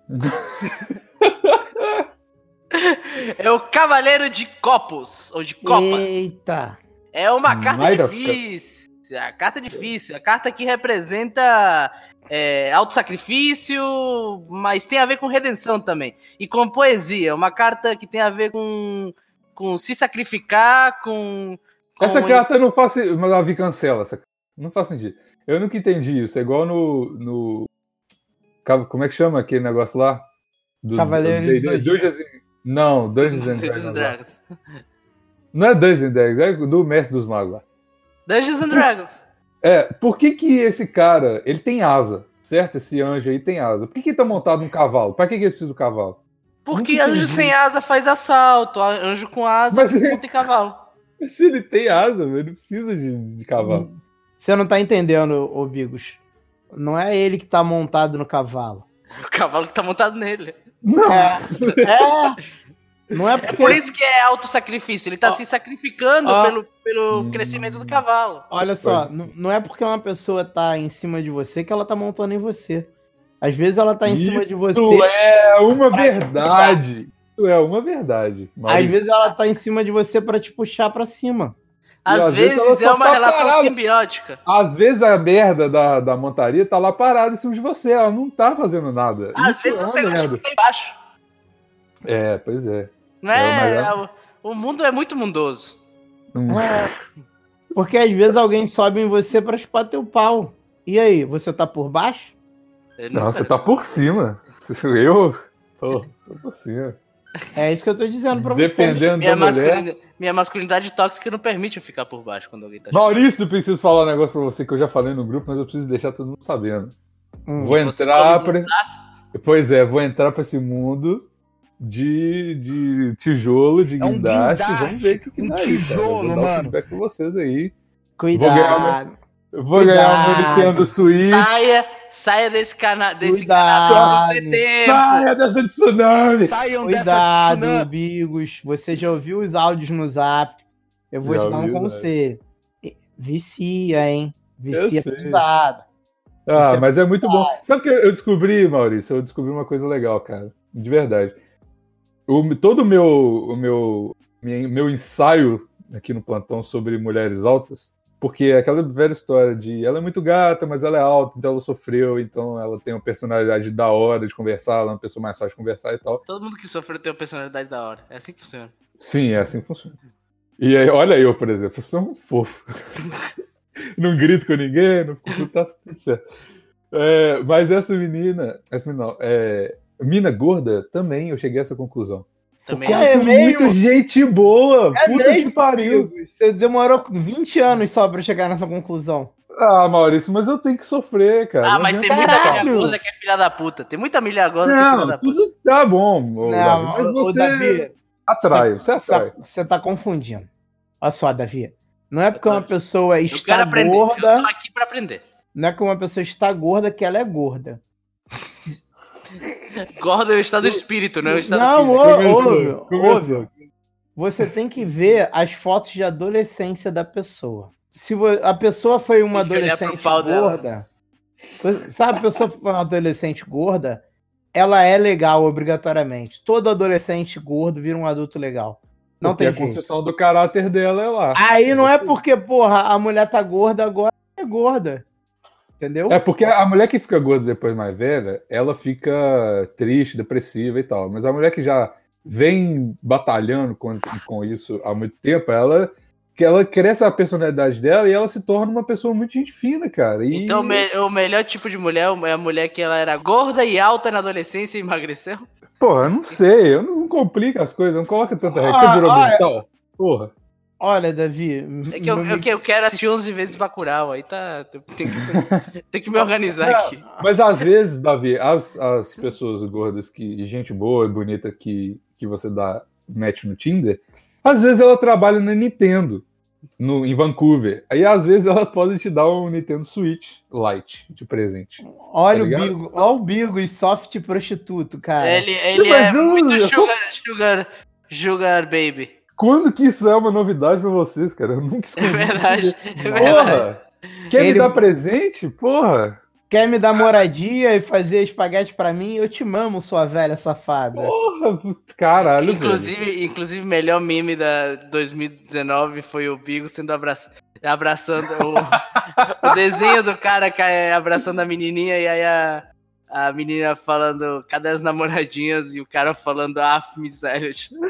É o Cavaleiro de Copos, ou de Copas. Eita. É uma carta Knight of difícil. A carta difícil. A carta que representa é, autossacrifício, mas tem a ver com redenção também. E com poesia. Uma carta que tem a ver com, com se sacrificar, com. com Essa carta não faz sentido. Mas Davi cancela essa carta. Não faz sentido. Eu nunca entendi isso. É igual no. no... Como é que chama aquele negócio lá? Do, Cavaleiros do- do do- Dungeons and- Não, Dungeons and Dungeons Dragons. and lá. Dragons. Não é Dungeons and Dragons, é do Mestre dos Magos lá. Dungeons and Dragons. É, por que que esse cara, ele tem asa, certo? Esse anjo aí tem asa. Por que que ele tá montado num cavalo? Pra que que ele precisa do cavalo? Porque Nunca anjo entendi. sem asa faz assalto. Anjo com asa Mas- não tem cavalo. Se ele tem asa, ele não precisa de, de cavalo. Você não tá entendendo, ô Bigos. Não é ele que tá montado no cavalo. O cavalo que tá montado nele. Não, É. É. Não é É porque. por isso que é autossacrifício. Ele tá Ó. se sacrificando Ó. pelo, pelo Hum. crescimento do cavalo. Olha só, n- não é porque uma pessoa tá em cima de você que ela tá montando em você. Às vezes ela tá em cima de você. Isso é uma verdade. Isso é uma verdade. Às Maurício. vezes ela tá em cima de você pra te puxar pra cima. Às, às vezes ela vezes é só uma tá relação parada. simbiótica. Às vezes a merda da, da montaria tá lá parada em cima de você. Ela não tá fazendo nada. Às Isso vezes é uma você acha merda. que tá embaixo. É, pois é. Não É, é? mas O o mundo é muito mundoso. Hum. Porque às vezes alguém sobe em você pra chupar teu pau. E aí, você tá por baixo? Eu Não, nunca- você tá por cima. Eu. Pô, tô por cima. É isso que eu tô dizendo pra vocês. Dependendo Minha, da mulher... masculina- minha masculinidade tóxica não permite eu ficar por baixo quando alguém tá Maurício, preciso falar um negócio pra você que eu já falei no grupo, mas eu preciso deixar todo mundo sabendo. Hum. Vou Você entrar come pra... no braço? Pois é, vou entrar pra esse mundo de, de tijolo, de É um guindaste. guindaste, Vamos ver o que, que um dá aí, tijolo, cara. Eu vou dar um mano. feedback pra vocês aí. Cuidado. Eu vou ganhar o meu Cuidado. Nintendo Switch. Saia, saia desse, cana desse Cuidado. canal do tempo. Saia dessa tsunami! Saiam dessa Cuidado, tsunami. Bigos. Você já ouviu os áudios no Zap? Eu vou Já te dar um ouvi, conselho. Vicia, hein? Eu Vicia sei. pesado. Ah, Isso é mas é muito bom. Sabe o que eu descobri, Maurício? Eu descobri uma coisa legal, cara. De verdade. O, todo o meu, o meu, minha- meu ensaio aqui no plantão sobre mulheres altas, porque é aquela velha história de ela é muito gata, mas ela é alta, então ela sofreu, então ela tem uma personalidade da hora de conversar, ela é uma pessoa mais fácil de conversar e tal. Todo mundo que sofreu tem uma personalidade da hora. É assim que funciona. Sim, é assim que funciona. E aí, olha eu, por exemplo, eu sou um fofo. Não grito com ninguém, não fico tá tudo certo. É, mas essa menina, essa menina, não, é, mina gorda também, eu cheguei a essa conclusão. Também Porque É elas são mesmo? muito gente boa. É Puta mesmo, que pariu. Bigos. Você demorou vinte anos só pra chegar nessa conclusão. Ah, Maurício, mas eu tenho que sofrer, cara. Ah, Não mas tem adianta muita Caralho. milha gorda que é filha da puta. Tem muita milha gorda que é filha Não, da puta. tudo tá bom, ô, Davi, mas ô, você Davi, atrai, você atrai. Você, você tá confundindo. Olha só, Davi. Não é porque uma pessoa Eu está quero aprender. gorda. Eu tô aqui pra aprender. Não é que uma pessoa está gorda que ela é gorda. Gorda é o estado do espírito, não é o estado Não, físico. ô, Começou, ouve, começou. ouve. Você tem que ver as fotos de adolescência da pessoa. Se vo- a pessoa foi uma Tem que olhar pro adolescente pau dela. gorda, sabe, a pessoa foi uma adolescente gorda, ela é legal obrigatoriamente. Todo adolescente gordo vira um adulto legal. Não Porque tem a jeito. construção do caráter dela é lá. Aí não é porque, porra, a mulher tá gorda agora, é gorda. Entendeu? É porque a mulher que fica gorda depois mais velha, ela fica triste, depressiva e tal. Mas a mulher que já vem batalhando com, com isso há muito tempo, ela, que ela cresce a personalidade dela e ela se torna uma pessoa muito gente fina, cara. E... Então o, me- o melhor tipo de mulher é a mulher que ela era gorda e alta na adolescência e emagreceu. Porra, eu não sei, eu não, não complica as coisas, não coloca tanta regra. Ah, Você virou ah, mental? Porra. Olha, Davi. É que eu, eu, que eu quero assistir onze vezes Bacurau, aí tá... Tem que, tem que me organizar aqui. Mas às vezes, Davi, as, as pessoas gordas que, gente boa e bonita que, que você dá match no Tinder, às vezes ela trabalha na Nintendo, no, em Vancouver. Aí às vezes ela pode te dar um Nintendo Switch Lite de presente. Olha Tá o ligado? Bigo, olha o Bigo e soft prostituto, cara. Ele, ele Mas é eu- muito eu sou- sugar, sugar, sugar baby. Quando que isso é uma novidade pra vocês, cara? Eu nunca É escondi. verdade, é verdade. Porra! Quer Ele- me dar presente? Porra! Quer me dar moradia e fazer espaguete pra mim? Eu te mamo, sua velha safada. Porra! Caralho, velho. Inclusive, inclusive, o melhor meme da dois mil e dezenove foi o Bigo sendo abraçado, abraçando o, o desenho do cara ca- abraçando a menininha e aí a, a menina falando cadê as namoradinhas e o cara falando ah, miséria.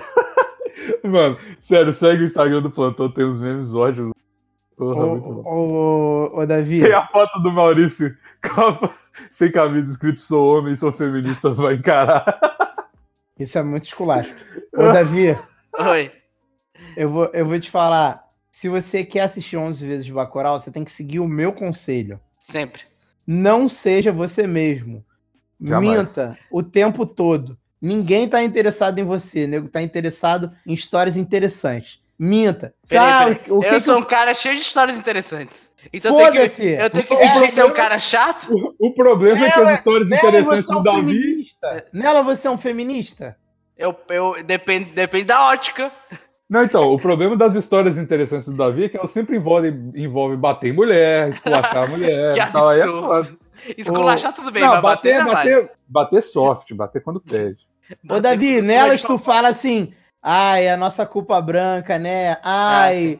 Mano, sério, segue o Instagram do Plantão, tem uns memes ótimos. Porra, muito Ô, bom. ô, ô, Davi, Tem a foto do Maurício com a- sem camisa escrito sou homem, sou feminista, vai encarar. isso é muito esculacho. Ô, Davi, Oi. eu vou, eu vou te falar. Se você quer assistir onze vezes de Bacurau, você tem que seguir o meu conselho. Sempre. Não seja você mesmo. Jamais. Minta o tempo todo. Ninguém tá interessado em você, nego tá interessado em histórias interessantes. Minta. Peraí, Sabe peraí. o que eu que sou um cara cheio de histórias interessantes. Então eu tenho que, Foda-se! eu tenho que O fingir ser um problema- cara chato? O, o problema é que Nela- as histórias Nela interessantes você é do um Davi. feminista. Nela você é um feminista? Eu, eu, depende, depende da ótica. Não, então, o problema das histórias interessantes do Davi é que elas sempre envolvem, envolvem bater em mulher, esculachar a mulher. Que e tal, aí é absurdo. foda. Esculachar tudo bem, Não, mas bater, bater, jamais. bater, bater soft, bater quando pede. Ô, Bater Davi, com nelas pessoas tu fala assim, ai, a nossa culpa branca, né? Ai,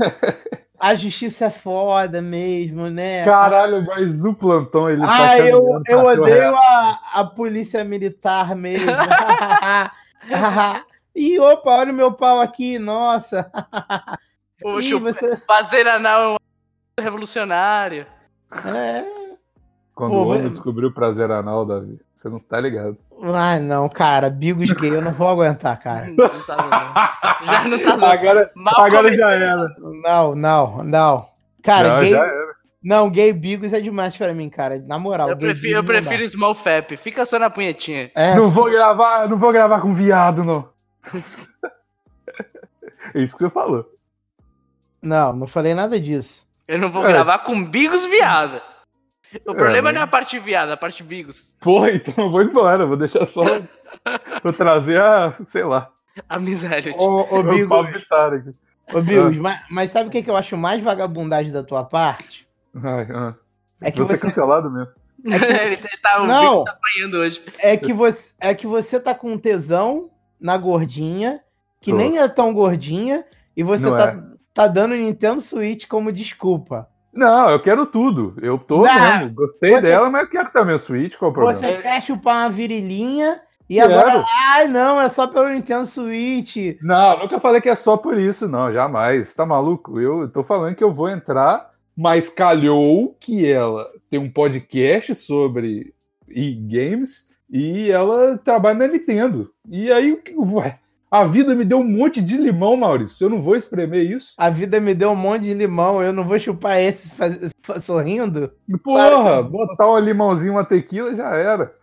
a justiça é foda mesmo, né? Caralho, mas o Plantão, ele tá Ai, eu, caminhando eu pra ser o odeio resto. a, a polícia militar mesmo. Ih, opa, olha o meu pau aqui, nossa. O Ih, chup- você... Fazer anal é um revolucionário. É, Quando Pô, o homem mas- descobriu o prazer anal, Davi. Você não tá ligado. Ah, não, cara. Bigos gay, eu não vou aguentar, cara. Não tá dando. Já não tá dando. Agora, Mal agora comecei. já era. Não, não, não. Cara, Não, gay. já era. Não, gay Bigos é demais pra mim, cara. Na moral. Eu gay prefiro, eu Bigos não dá. prefiro Small Fap. Fica só na punhetinha. É, Não vou gravar, não vou gravar com viado, não. É isso que você falou. não, não falei nada disso. Eu não vou É. gravar com bigos viado. O É, problema mas- não é a parte viada, é a parte bigos. Porra, então eu vou embora. Vou deixar só. Vou trazer a. Sei lá. A miséria. Ô, ô O Bigos, Pablo Vittar aqui. ô, Bigos, mas, mas sabe o que, que eu acho mais vagabundagem da tua parte? Ai, ah. É que Vou ser você. cancelado mesmo. Ele tá, o Não. Bigos tá apanhando hoje. É que você, é que você tá com tesão na gordinha, que Tô. nem é tão gordinha, e você Não tá, é. tá dando Nintendo Switch como desculpa. Não, eu quero tudo. Eu tô Não. mesmo. Gostei Você- dela, mas eu quero também o Switch. Qual o problema? Você quer chupar uma virilinha e Quero. agora, ai não, é só pelo Nintendo Switch. Não, nunca falei que é só por isso, não. Jamais. Tá maluco? Eu tô falando que eu vou entrar, mas calhou que ela tem um podcast sobre e-games e ela trabalha na Nintendo. E aí, ué, a vida me deu um monte de limão, Maurício. Eu não vou espremer isso. A vida me deu um monte de limão, eu não vou chupar esse faz- fa- sorrindo. Porra, botar um limãozinho, uma tequila, já era.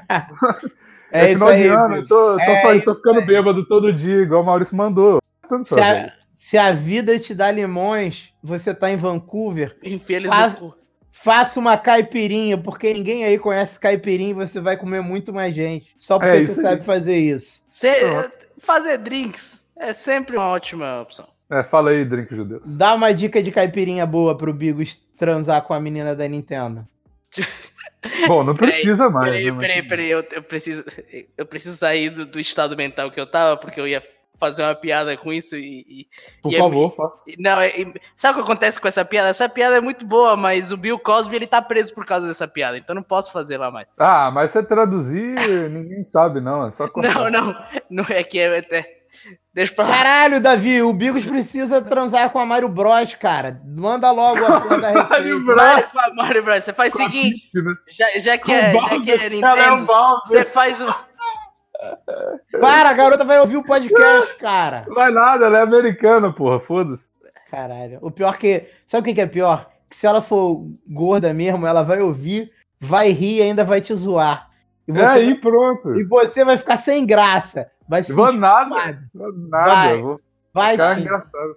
É, isso final aí. de ano, eu tô, tô, É falando, tô isso ficando aí. bêbado todo dia, igual o Maurício mandou. Tanto Se a, se a vida te dá limões, você tá em Vancouver, Enfia eles Faz- no cu. faça uma caipirinha, porque ninguém aí conhece caipirinha e você vai comer muito mais gente. Só porque É você isso aí. sabe fazer isso. Cê- fazer drinks é sempre uma ótima opção. É, fala aí, drink judeus. Dá uma dica de caipirinha boa pro Bigos transar com a menina da Nintendo. Bom, não precisa mais. Peraí, né, mas- peraí, peraí, eu, eu preciso, eu preciso sair do, do estado mental que eu tava, porque eu ia fazer uma piada com isso e... e- Por e é favor, faça. e- não, é- e- sabe o que acontece com essa piada? Essa piada é muito boa, mas o Bill Cosby, ele tá preso por causa dessa piada, então não posso fazer lá mais. Ah, mas se traduzir, ninguém sabe, não. É só cortar. Não, não, não é que é... é- deixa pra lá. Caralho, Davi, o Bigos precisa transar com a Mario Bros, cara. Manda logo a porra da receita. Bros. Mario, Mario Bros, você faz o seguinte, Né? já, já que Com é, o já que é Bowser, ela é o Nintendo, Bowser. você faz o... Para, a garota vai ouvir o podcast, cara. Não vai nada, ela é americana, porra, foda-se. Caralho. O pior que. Sabe o que que é pior? Que se ela for gorda mesmo, ela vai ouvir, vai rir e ainda vai te zoar. E É você, aí, pronto. e você vai ficar sem graça. Vai se Vou sentir nada, culpado. vou nada. Vai. Vou Vai ficar sim. engraçado.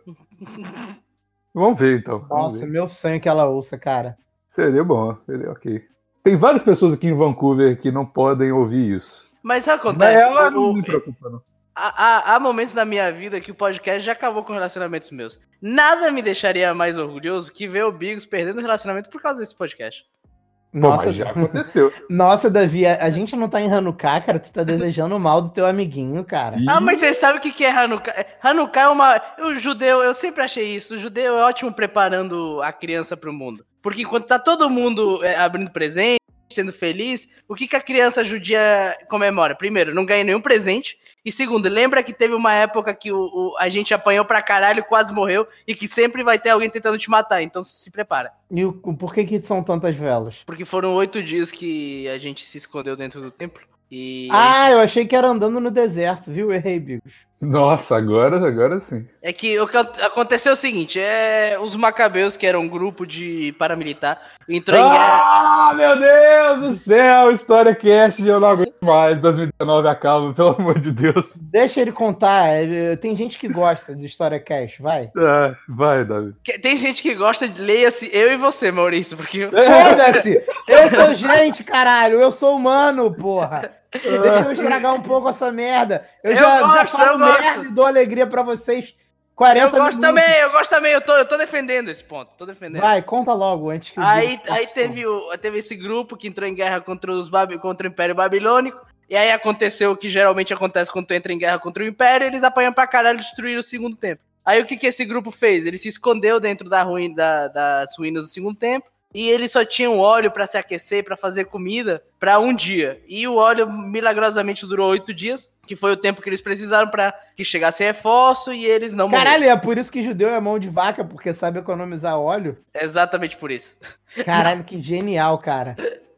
Vamos ver, então. Vamos Nossa, ver. meu sonho que ela ouça, cara. Seria bom, seria ok. Tem várias pessoas aqui em Vancouver que não podem ouvir isso. Mas sabe o que Mas acontece? ela O- não o- me preocupa, não. há, há- há momentos na minha vida que o podcast já acabou com relacionamentos meus. Nada me deixaria mais orgulhoso que ver o Bigos perdendo o relacionamento por causa desse podcast. Pô, Nossa, mas já aconteceu. nossa, Davi, a, a gente não tá em Hanukkah, cara. Tu tá desejando mal do teu amiguinho, cara. Ih, Ah, mas você sabe o que que é Hanukkah? É- Hanukkah é uma... O judeu, eu sempre achei isso, o judeu é ótimo preparando a criança pro mundo. Porque enquanto tá todo mundo é, abrindo presente, sendo feliz, o que que a criança judia comemora? Primeiro, não ganha nenhum presente. E segundo, lembra que teve uma época que o, o- a gente apanhou pra caralho, quase morreu, e que sempre vai ter alguém tentando te matar, então se prepara. E o, por que que são tantas velas? Porque foram oito dias que a gente se escondeu dentro do templo. E Ah, eu achei que era andando no deserto, viu? Errei, Bigos. Nossa, agora, agora sim. é que o que aconteceu é o seguinte, é os macabeus, que eram um grupo de paramilitar, entrou em guerra. Ah, meu Deus do céu! História cast, eu não aguento mais. dois mil e dezenove acaba, pelo amor de Deus. Deixa ele contar. é, Tem gente que gosta de História Cash, vai. Ah, vai, Davi. Que- Tem gente que gosta de leia-se eu e você, Maurício, porque Foda-se! Eu sou gente, caralho! Eu sou humano, porra! Deixa eu estragar um pouco essa merda. Eu, Eu já, já gosto, falo eu gosto. merda e dou alegria pra vocês. quarenta eu gosto minutos. também, eu gosto também, eu tô, eu tô defendendo esse ponto, tô defendendo. Vai, conta logo antes que o Aí, Bigos aí corte teve, o, teve esse grupo que entrou em guerra contra, os Babi- contra o Império Babilônico. E aí aconteceu o que geralmente acontece quando tu entra em guerra contra o Império, eles apanham pra caralho e destruíram o segundo templo. Aí o que, que esse grupo fez? Ele se escondeu dentro da ruína, da, das ruínas do segundo templo. E eles só tinham óleo pra se aquecer, pra fazer comida, pra um dia. E o óleo milagrosamente durou oito dias, que foi o tempo que eles precisaram pra que chegasse reforço e eles não morreram. Caralho, é por isso que judeu é mão de vaca, porque sabe economizar óleo? É exatamente por isso. Caralho, que genial, cara.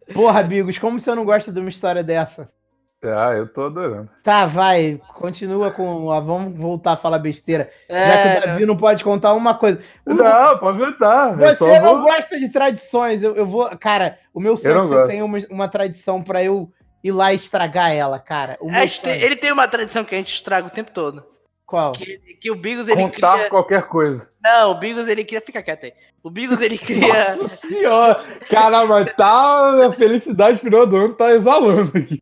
Porra, Bigos, como você não gosta de uma história dessa? Ah, eu tô adorando. Tá, vai, continua com. a- Vamos voltar a falar besteira. É, Já que o Davi não pode contar uma coisa. O- Não, pode contar. eu Você só não vou- gosta de tradições. Eu, eu vou. Cara, o meu sonho é não que você gosto. tenha uma, uma tradição pra eu ir lá e estragar ela, cara. O meu A gente tem- sonho. ele tem uma tradição que a gente estraga o tempo todo. Qual? Que, que o Bigos, ele Contar cria... qualquer coisa. Não, o Bigos, ele cria... Fica quieto aí. O Bigos, ele cria... Nossa senhora! Caramba, tá a felicidade final do ano tá exalando aqui.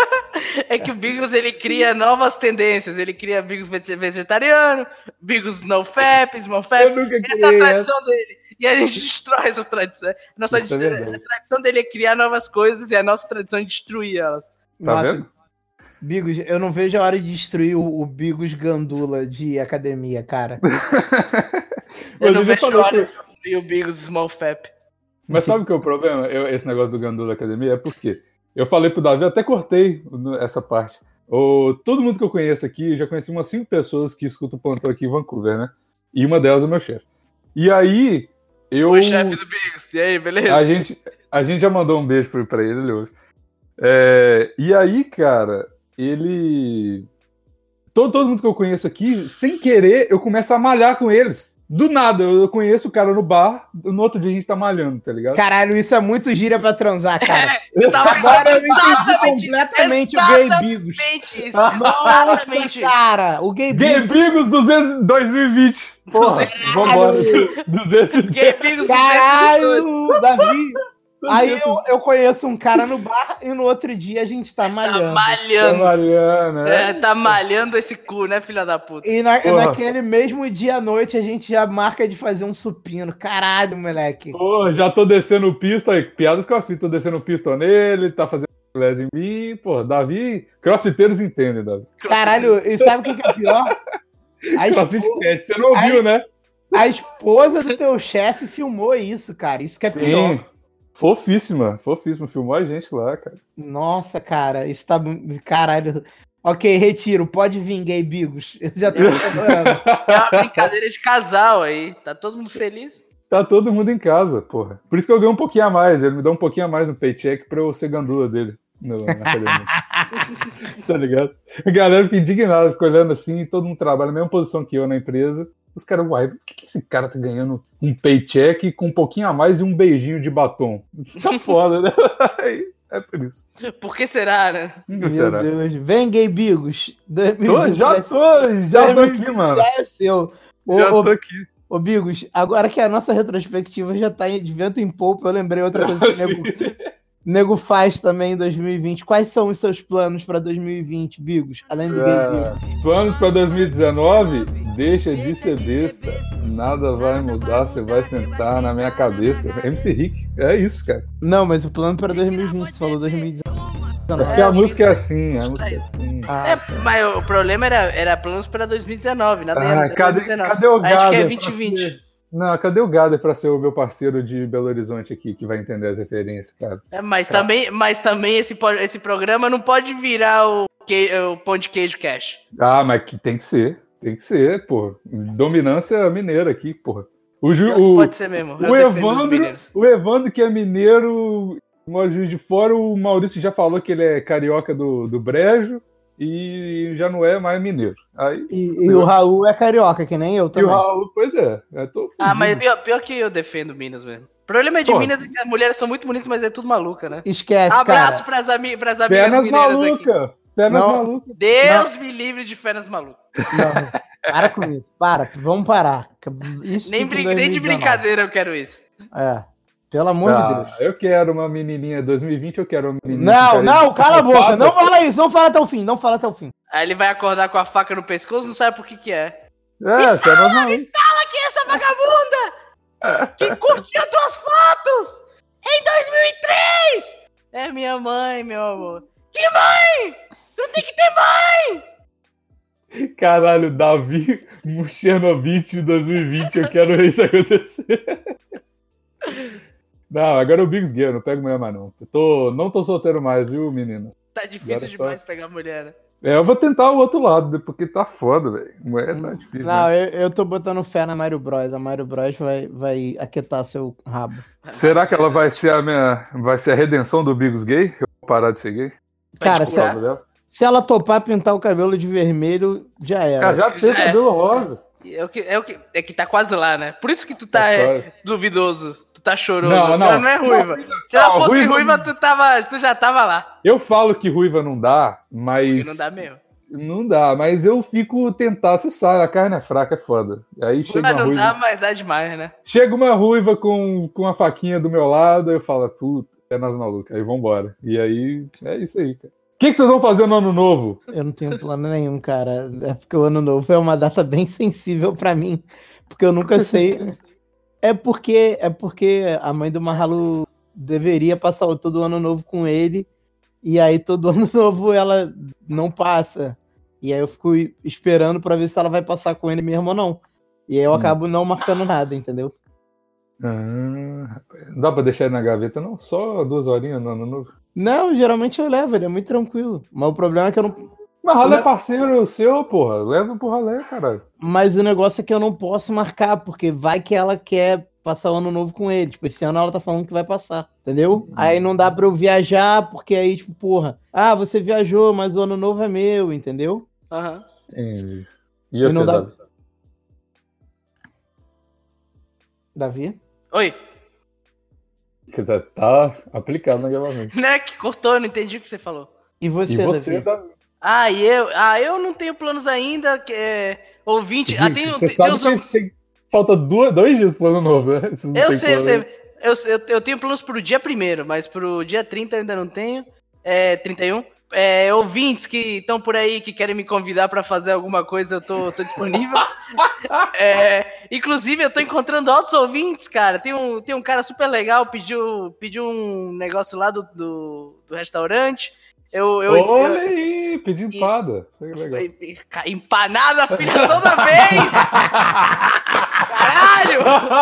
É que o Bigos, ele cria novas tendências. Ele cria Bigos vege- vegetariano, Bigos no fap, small fap. Eu nunca Essa é a criei tradição dele. E a gente destrói essas tradições. Nossa, Isso é dest- verdade. a tradição dele é criar novas coisas e a nossa tradição é destruir elas. Tá Nossa, vendo? Bigos, eu não vejo a hora de destruir o, o Bigos Gandula de academia, cara. Eu Mas não eu já vejo falei a hora que- de destruir o Bigos small fap. Mas sabe o que é o problema? Eu- esse negócio do Gandula Academia é porque eu falei pro Davi, eu até cortei no- essa parte. O, todo mundo que eu conheço aqui, eu já conheci umas cinco pessoas que escutam o plantão aqui em Vancouver, né? E uma delas é meu chefe. E aí, eu. O chefe do Bigos. E aí, beleza? A gente, a gente já mandou um beijo pra, pra ele, ele hoje. É, e aí, cara, ele. Todo, todo mundo que eu conheço aqui, sem querer, eu começo a malhar com eles. Do nada, eu conheço o cara no bar, no outro dia a gente tá malhando, tá ligado? Caralho, isso é muito gíria pra transar, cara. Eu tava Agora eu entendi exatamente, completamente o gay Bigos. exatamente isso. Nossa, Exatamente isso. cara, o gay Gay Bigos. Bigos duzentos, dois mil e vinte. Porra, duzentos. vambora. duzentos. Gay Bigos Caralho, Davi. Aí eu, eu conheço um cara no bar e no outro dia a gente tá Tá malhando. Tá malhando. malhando, né? É, tá malhando esse cu, né, filha da puta? E na- Porra. naquele mesmo dia à noite a gente já marca de fazer um supino. Caralho, moleque. Pô, já tô descendo o pistol aí. Piadas crossfit, tô descendo o pistol nele, tá fazendo les em mim. Pô, Davi, crossfiteiros entendem, Davi. Caralho, e sabe o que, que é pior? A, Crossfit espo- Cat, você não ouviu, né? a esposa do teu chefe filmou isso, cara. Isso que é pior. Fofíssima, fofíssima. Filmou a gente lá, cara. Nossa, cara, isso tá. Caralho. Ok, retiro. Pode vir, gay Bigos. Eu já tô adorando. É uma brincadeira de casal aí. Tá todo mundo feliz? Tá todo mundo em casa, porra. Por isso que eu ganho um pouquinho a mais. Ele me dá um pouquinho a mais no paycheck pra eu ser gandula dele. No, na academia. Tá ligado? A galera fica indignada, fica olhando assim, todo mundo trabalha na mesma posição que eu na empresa. Os caras, uai, por que, que esse cara tá ganhando um paycheck com um pouquinho a mais e um beijinho de batom? Tá foda, né? É por isso. Por que será, né? Não Meu será? Deus. Vem, gay Bigos. Tô, já tô, já tô aqui, mano. Já é seu. Ô, Já ô, tô aqui. ô, Bigos, agora que a nossa retrospectiva já tá de vento em polpa, eu lembrei outra coisa que o nego, o nego faz também em dois mil e vinte. Quais são os seus planos pra dois mil e vinte, Bigos? Além do gay Bigos. É, planos pra dois mil e dezenove? Deixa de ser besta. Nada vai mudar, você vai sentar na minha cabeça. M C Rick, é isso, cara. Não, mas o plano pra dois mil e vinte, você falou dois mil e dezenove. É porque a música é assim, a música é assim. Ah, É, mas o problema era, era planos pra dois mil e dezenove, nada Ah, era cadê, dois mil e dezenove. cadê o A gente quer Gader vinte e pra vinte. ser- Não, cadê o Gader pra ser o meu parceiro de Belo Horizonte aqui, que vai entender as referências, cara? É, mas, também, mas também esse, po- esse programa não pode virar o, que, o Pão de Queijo Cash. Ah, mas que tem que ser, tem que ser, pô. Dominância mineira aqui, porra. O, Ju, o, Pode ser mesmo. o eu defendo os Evandro, mineiros. o Evandro, que é mineiro, mora em Juiz de Fora, o Maurício já falou que ele é carioca do, do Brejo e já não é mais mineiro. Aí, e, e o Raul é carioca, que nem eu e o também. Raul, pois é, eu tô Ah, mas fudido. pior, pior que eu defendo Minas mesmo. O problema é de Pô. Minas é que as mulheres são muito bonitas, mas é tudo maluca, né? Esquece, Abraço cara. pras, ami pras amigas Pernas mineiras aqui. malucas, pernas Não. malucas. Deus me livre de férias malucas. Não, para com isso. Para, vamos parar. Isso Nem, fica em brin- nem de dois mil e dezenove. brincadeira eu quero isso. É. Pelo amor de Ah, Deus. eu quero uma menininha, dois mil e vinte eu quero uma menininha. Não, com não, cala a boca. psicopata. Não fala isso, não fala até o fim, não fala até o fim. Aí ele vai acordar com a faca no pescoço, não sabe por que que é. É, pernas malucas. Fala que é essa vagabunda que curtiu tuas fotos em dois mil e três. É minha mãe, meu amor. Que mãe? Tu tem que ter mãe! Caralho, Davi Chernobyl dois mil e vinte, eu quero ver isso acontecer. Não, agora é o Biggs Gay, eu não pego mulher mais não. Eu tô, não tô solteiro mais, viu, menina? Tá difícil Agora só- demais pegar mulher, né? É, eu vou tentar o outro lado, porque tá foda, velho. É, tá difícil. Não, né? eu, eu tô botando fé na Mario Bros. A Mario Bros vai, vai aquietar seu rabo. Será que ela vai ser a minha. Vai ser a redenção do Bigos gay? Eu vou parar de ser gay? Cara, te se, curar. Por causa dela? se ela topar pintar o cabelo de vermelho, já era. Cara, já tem Já é. cabelo rosa. É, o que, é, o que, é que tá quase lá, né? Por isso que tu tá Tá é, quase. duvidoso. Tu tá choroso. Não, não. Ela não é ruiva. Se ela Não, fosse ruiva- ruiva, tu, tava, tu já tava lá. Eu falo que ruiva não dá, mas. Porque não dá mesmo. Não dá, mas eu fico tentado, você sabe, a carne é fraca, é foda. Aí chega Mas uma não ruiva. dá, mas dá demais, né? Chega uma ruiva com, com a faquinha do meu lado, eu falo, puta, é nas malucas, aí vambora. E aí, é isso aí, cara. O que, que vocês vão fazer no ano novo? Eu não tenho plano nenhum, cara. É porque o ano novo é uma data bem sensível pra mim. Porque eu nunca sei. É porque, é porque a mãe do Mahalu deveria passar todo o ano novo com ele. E aí todo ano novo ela não passa. E aí eu fico esperando pra ver se ela vai passar com ele mesmo ou não. E aí eu Hum. acabo não marcando nada, entendeu? Ah, rapaz, não dá pra deixar ele na gaveta, não? Só duas horinhas no ano novo. Não, geralmente eu levo, ele é muito tranquilo. Mas o problema é que eu não. Mas ralé é Não. parceiro seu, porra. Leva pro ralé, caralho. Mas o negócio é que eu não posso marcar, porque vai que ela quer passar o ano novo com ele. Tipo, esse ano ela tá falando que vai passar, entendeu? Aí não dá pra eu viajar, porque aí, tipo, porra, ah, você viajou, mas o ano novo é meu, entendeu? Aham. Entendi. E E você, não dá- Davi? Davi? Oi. Que tá, tá aplicado na gravamento. Né? Que cortou, eu não entendi o que você falou. E você, E você, Davi? Davi? Ah, e eu? Ah, eu não tenho planos ainda. Que é, ouvinte. Ah, tem, Você tem, sabe tem os que ouvintes. você- falta duas, dois dias pro ano novo, né? Vocês não Eu têm sei, eu plano, sei. Eu, eu, eu tenho planos pro dia primeiro, mas pro dia trinta eu ainda não tenho. É, trinta e um. É, ouvintes que estão por aí, que querem me convidar pra fazer alguma coisa, eu tô, tô disponível. É, inclusive, eu tô encontrando outros ouvintes, cara. Tem um, tem um cara super legal, pediu, pediu um negócio lá do, do, do restaurante. Eu, eu, Olha eu, aí, pedi empada. Foi legal. empanada, filha, toda vez! Caralho!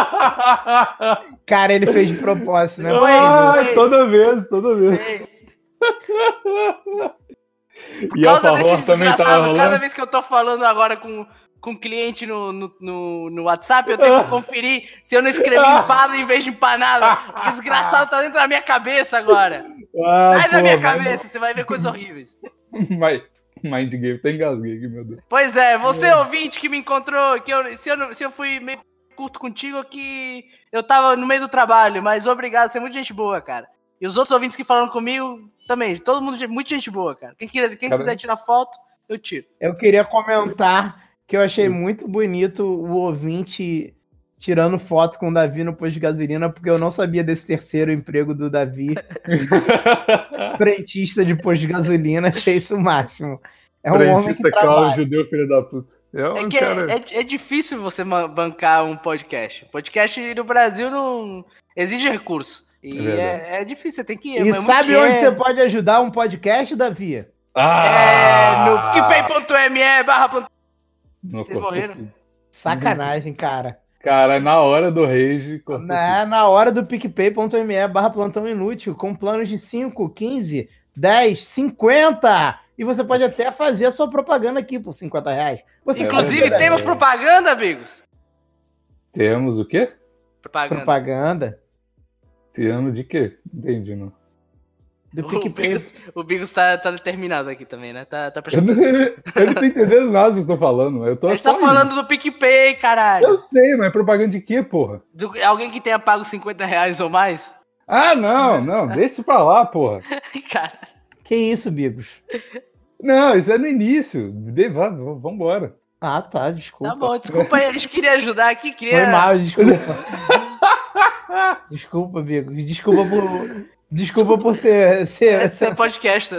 Cara, ele fez de propósito, né? Foi, Ai, foi. toda vez, toda vez. Vez. Por E a causa desse favor também tava desgraçado, cada rolando. vez que eu tô falando agora com, com um cliente no, no, no, no WhatsApp, eu tenho que conferir se eu não escrevi empada em vez de empanada. O desgraçado tá dentro da minha cabeça agora. Ah, Sai da pô, minha mas- cabeça, você vai ver coisas horríveis. Mas, Mind Game, até engasguei aqui, meu Deus. Pois é, você ouvinte que me encontrou, que eu, se, eu, não- se eu fui meio curto contigo, é que eu tava no meio do trabalho, mas obrigado, você é muito gente boa, cara. E os outros ouvintes que falaram comigo, também, todo mundo, muito gente boa, cara. Quem, quiser, quem Cara- quiser tirar foto, eu tiro. Eu queria comentar que eu achei muito bonito o ouvinte tirando foto com o Davi no posto de gasolina, porque eu não sabia desse terceiro emprego do Davi, frentista de posto de gasolina, achei isso o máximo. É um homem que Frentista Cláudio, trabalha. judeu, filho da puta. É É um que cara... é, é, é difícil você ma- bancar um podcast. Podcast no Brasil não exige recurso. E É verdade. é, é difícil, você tem que ir. E é muito sabe dinheiro. onde você pode ajudar um podcast, Davi? É Ah! no picpay.me barra plantão. Não, Vocês cortou morreram? aqui. Sacanagem, cara. Cara, na hora do rage, cortou Na, na hora do picpay.me barra plantão inútil, com planos de cinco, quinze, dez, cinquenta. E você pode até fazer a sua propaganda aqui por cinquenta reais. Você Inclusive, sabe, né? temos propaganda, amigos. Temos o quê? Propaganda. propaganda Temos de quê? Entendi, não. do O PicPay. Bigos, o Bigos tá, tá determinado aqui também, né? Tá, tá Eu prestando não, atenção. eu não tô entendendo nada que vocês estão falando. Eu tô A gente tá só falando do PicPay, indo. caralho. Eu sei, mas propaganda de quê, porra? Do- alguém que tenha pago cinquenta reais ou mais? Ah, não, não. Deixa isso pra lá, porra. Cara, Que isso, Bigos? Não, isso é no início. De, vá, vá- vambora. Ah, tá, desculpa. tá bom, desculpa aí. A gente queria ajudar aqui, queria... Foi mal, desculpa. Desculpa, Bigos. Desculpa por. Desculpa por ser. ser, É, ser... ser podcaster.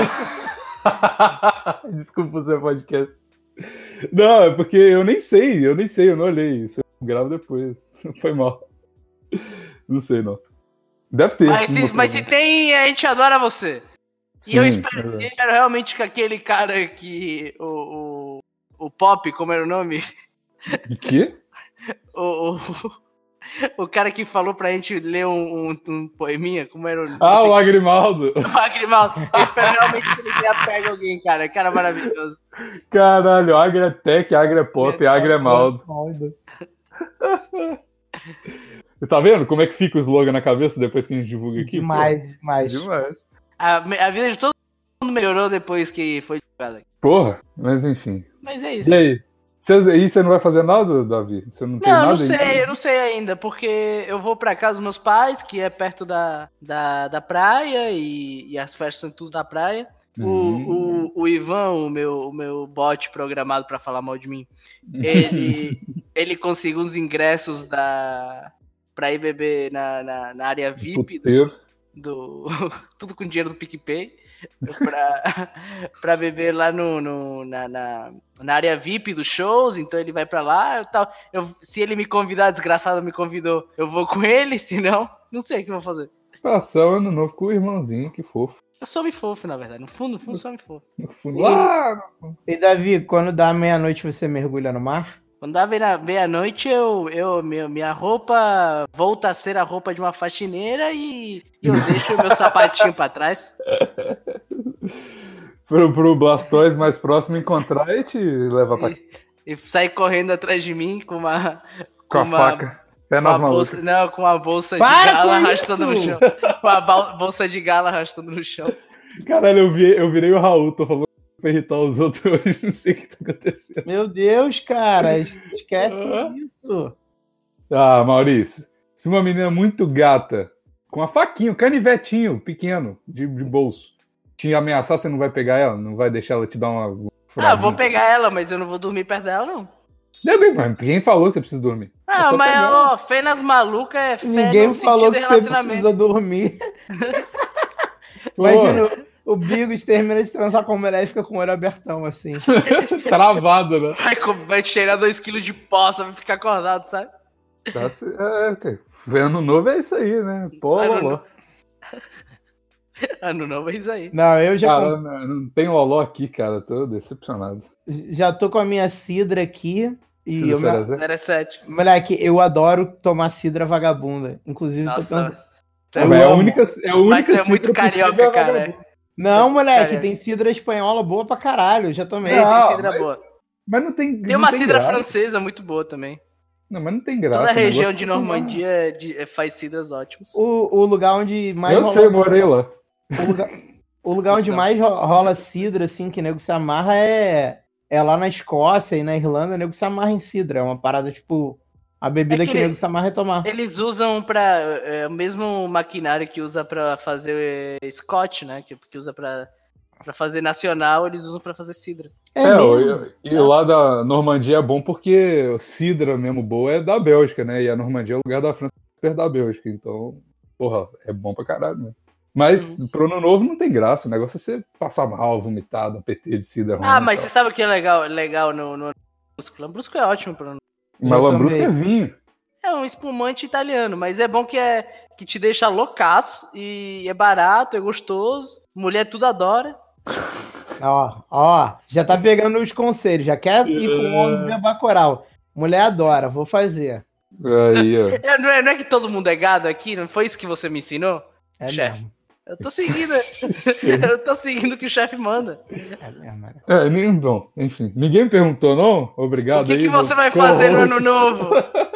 Desculpa você podcast. Não, é porque eu nem sei, eu nem sei, eu não olhei isso. Eu gravo depois. Foi mal. Não sei, não. Deve ter. Mas se, mas se tem, a gente adora você. Sim, e eu espero, é. eu espero realmente que aquele cara que. O, o, o Pop, como era o nome? O quê? O, o, O cara que falou pra gente ler um, um, um poeminha, como era o... Ah, o Agrimaldo. O Agrimaldo. Eu espero realmente que ele tenha pego alguém, cara. Cara maravilhoso. Caralho, Agretec, Agrepop, Agremaldo. Tá vendo como é que fica o slogan na cabeça depois que a gente divulga aqui? Demais, Pô? demais. Demais. A, a vida de todo mundo melhorou depois que foi divulgado. Porra, mas enfim. Mas é isso. E aí? Você, e você não vai fazer nada, Davi? Você não tem Não, nada não sei, ainda? eu não sei ainda, porque eu vou pra casa dos meus pais, que é perto da, da, da praia, e, e as festas são tudo na praia. Uhum. O, o, o Ivan, o meu, o meu bot programado pra falar mal de mim, ele, ele conseguiu uns ingressos da, pra ir beber na, na, na área V I P do, do tudo com dinheiro do PicPay. pra, pra beber lá no, no, na, na, na área V I P dos shows, então ele vai pra lá. Eu, tal, eu, se ele me convidar, desgraçado me convidou, eu vou com ele, se não, não sei o que eu vou fazer. Passar o ano novo com o irmãozinho, que fofo. Eu sou me fofo, na verdade. No fundo, no fundo, sou me fofo. No fundo. Ah! E Davi, quando dá meia-noite você mergulha no mar? Quando dá meia-noite, eu, eu, minha roupa volta a ser a roupa de uma faxineira e, e eu deixo o meu sapatinho pra trás. pro, pro Blastoise mais próximo encontrar e te levar pra E, e sair correndo atrás de mim com uma... Com a uma, faca. É uma nas bolsa, malucas. não, com uma bolsa de Para gala com arrastando isso! no chão. Com a ba- bolsa de gala arrastando no chão. Caralho, eu, vi, eu virei o Raul, tô falando pra irritar os outros hoje, não sei o que tá acontecendo. Meu Deus, cara, esquece Ah. isso. Ah, Maurício, se uma menina muito gata, com a faquinha, um canivetinho pequeno, de, de bolso, te ameaçar, você não vai pegar ela? Não vai deixar ela te dar uma... uma Ah, eu vou pegar ela, mas eu não vou dormir perto dela, não. Não, bem, mas quem falou que você precisa dormir? É Ah, só mas pegar. ó, fé nas malucas é fé Ninguém no falou sentido que de você relacionamento. precisa dormir. Pô, Imagina, o Bigos termina de transar com a mulher e fica com o olho abertão, assim. travado, né? Vai, co- vai cheirar dois quilos de pó, só vai ficar acordado, sabe? Tá, se- é, ok. Ano novo é isso aí, né? Pô, Ano loló. novo. Ano novo é isso aí. Não, eu já, Cara, com- não, não tem loló aqui, cara. Tô decepcionado. já tô com a minha cidra aqui. E Cidra eu, me- Cerezer? zero sete. moleque, eu adoro tomar cidra vagabunda. Inclusive, tô pensando... Nossa. É, mas é a amo. única, é a Mas única tu é muito cidra carioca, possível, cara. vagabundo. Não, moleque, Cara. tem cidra espanhola boa pra caralho. Eu já tomei. Tem, Não, tem cidra mas- boa. Mas não tem. Tem não uma cidra graça. francesa muito boa também. Não, mas não tem graça. Toda a o negócio região é de você tomar. Normandia é de- é- faz cidras ótimas. O, o lugar onde mais Eu rola... sei, morei lá. O lugar, o lugar onde Não. mais ro- rola cidra, assim, que nego se amarra é, é lá na Escócia e na Irlanda, nego se amarra em cidra. É uma parada, tipo, a bebida É que, que ele- nego se amarra é tomar. Eles usam pra. É, o mesmo maquinário que usa pra fazer é, Scotch, né? Que, que usa pra, pra fazer nacional, eles usam pra fazer cidra. É, É, mesmo? o- e lá da Normandia é bom porque o cidra mesmo boa é da Bélgica, né? E a Normandia é o lugar da França perto da Bélgica. Então, porra, é bom pra caralho, né? Mas Uhum. pro ano novo não tem graça. O negócio é você passar mal, vomitar, dar P T de cidra ruim. Ah, e mas tal. você sabe o que é legal, legal no, no Lambrusco? Lambrusco é ótimo pra. Mas Já lambrusco tomei. é vinho. É um espumante italiano, mas é bom que é que te deixa loucaço e é barato, é gostoso. Mulher tudo adora. Ó, ó, já tá pegando os conselhos, já quer ir com onze ver Bacurau. Mulher adora, vou fazer. Aí, ó. É, não, é, não é que todo mundo é gado aqui? Não foi isso que você me ensinou? É Chefe. mesmo. Eu tô seguindo. Eu tô seguindo o que o chefe manda. É mesmo. né? É, nem, bom, enfim. Ninguém me perguntou, não? Obrigado O que, aí. que você meus vai fazer no ano co-hosts. novo?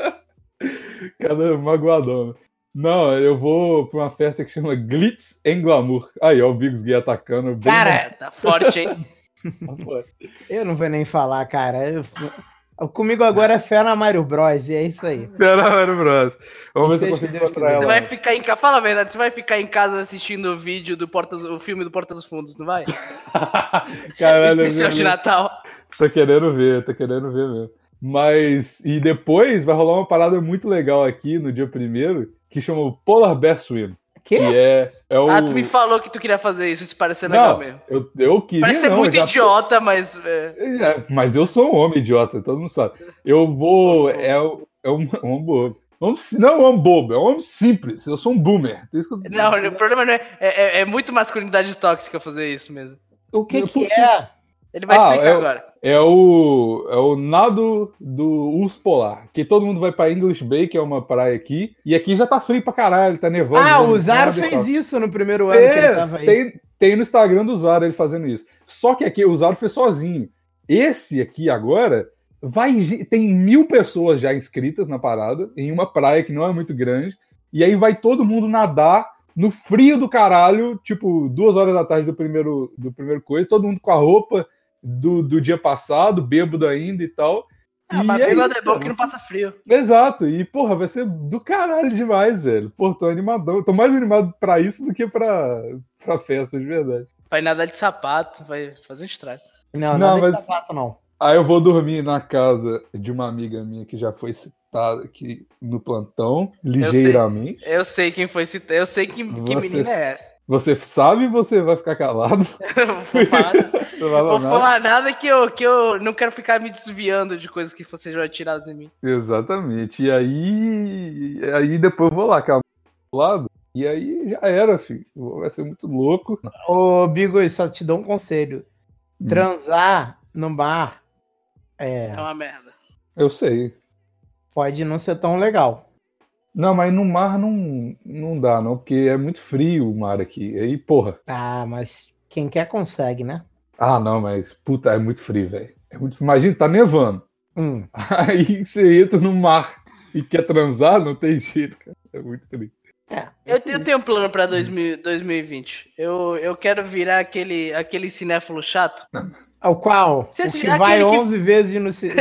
Cada magoadão. Não, eu vou pra uma festa que chama Glitz em Glamour. Aí, ó, o Bigos Gay atacando. Bem Cara, tá forte, hein? bom. Eu não vou nem falar, cara. Eu- Comigo agora é fé na Mario Bros. E é isso aí. Pera, Mário Bros. Vamos ver se eu Seja consigo que Deus encontrar quiser. Você ela. vai ficar em casa. Fala a verdade, você vai ficar em casa assistindo o vídeo do Porta, o filme do Porta dos Fundos, não vai? Caralho, Especial de meu- Natal. tô querendo ver, tô querendo ver mesmo. Mas, e depois vai rolar uma parada muito legal aqui no dia primeiro, que chama o Polar Bear Swim. Quê? Que é, é o... Ah, tu me falou que tu queria fazer isso, isso parece ser legal Não, mesmo. eu, eu queria Parece ser não, muito eu já tô- idiota, mas. é, É, mas eu sou um homem idiota, todo mundo sabe. Eu vou. É, o- é um, um homem bobo. Um- Não é um homem bobo, é um homem simples. Eu sou um boomer. Isso que eu- Não, o problema não é. É, é- é muito masculinidade tóxica fazer isso mesmo. O que Por que quê? é? Ele vai Ah, explicar é o- agora. É o, é o nado do urso polar, que todo mundo vai pra English Bay, que é uma praia aqui, e aqui já tá frio pra caralho, tá nevando. Ah, o Zaro fez isso no primeiro ano fez, que ele tava aí. Tem, tem no Instagram do Zaro ele fazendo isso. Só que aqui o Zaro fez sozinho. Esse aqui agora, vai, tem mil pessoas já inscritas na parada, em uma praia que não é muito grande, e aí vai todo mundo nadar no frio do caralho, tipo, duas horas da tarde do primeiro, do primeiro coisa, todo mundo com a roupa Do, do dia passado, bêbado ainda e tal. Ah, e mas é bêbado isso, é bom cara. que não passa frio. Exato, e porra, vai ser do caralho demais, velho. Pô, tô animadão. Tô mais animado pra isso do que pra, pra festa, de verdade. Vai nadar de sapato, vai fazer um estrago. Não, Não, nada de mas- sapato, não. Aí eu vou dormir na casa de uma amiga minha que já foi citada aqui no plantão, ligeiramente. Eu sei quem foi citar, eu sei que, que Você, menina é essa. você sabe e você vai ficar calado. Eu não vou falar, Não vai vou falar nada. falar nada que eu, que eu não quero ficar me desviando de coisas que sejam atiradas em mim. Exatamente. E aí, aí depois eu vou lá, calma, do lado. E aí já era, filho. Vai ser muito louco. Ô, Bigo, só te dou um conselho. Hum. Transar no bar é, É uma merda. Eu sei. pode não ser tão legal. Não, mas no mar não, não dá, não, porque é muito frio o mar aqui. Aí, porra. Ah, mas quem quer consegue, né? Ah, não, mas puta, é muito frio, velho. É muito... Imagina, tá nevando. Hum. Aí você entra no mar e quer transar, não tem jeito, cara. É muito frio. É, Eu, assim, eu tenho um plano pra dois mil, dois mil e vinte. Eu, eu quero virar aquele, aquele cinéfilo chato. o qual? Você o assistiu que vai aquele que- onze vezes no cinema.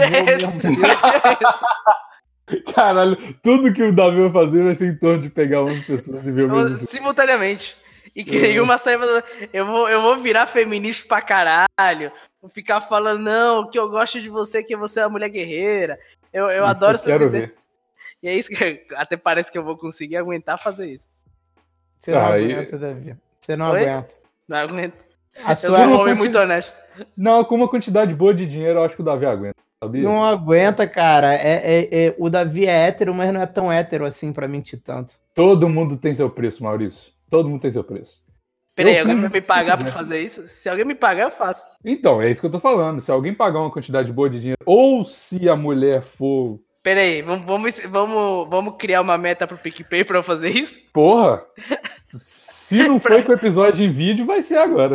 Caralho, tudo que o Davi vai fazer vai ser em torno de pegar onze pessoas e ver o mesmo filme. Simultaneamente. E que nenhuma saiba. da- Eu vou, eu vou virar feminista pra caralho. Vou ficar falando, não, que eu gosto de você, que você é uma mulher guerreira. Eu, eu Isso adoro eu seus quero ideias. ver. E é isso que até parece que eu vou conseguir aguentar fazer isso. Você não Aí- aguenta, Davi. Você não Oi? aguenta. Não aguento. A Eu sua sou um não homem continua- muito honesto. Não, com uma quantidade boa de dinheiro, eu acho que o Davi aguenta, sabia? não aguenta, cara. É, é- é- o Davi é hétero, mas não é tão hétero assim pra mentir tanto. Todo mundo tem seu preço, Maurício. Todo mundo tem seu preço. Peraí, Eu alguém finjo vai me que você pagar pra quiser. fazer isso? Se alguém me pagar, eu faço. Então, é isso que eu tô falando. Se alguém pagar uma quantidade boa de dinheiro, ou se a mulher for. Peraí, vamos, vamos, vamos, vamos criar uma meta pro PicPay pra eu fazer isso? Porra! Se não foi com o episódio em vídeo, vai ser agora.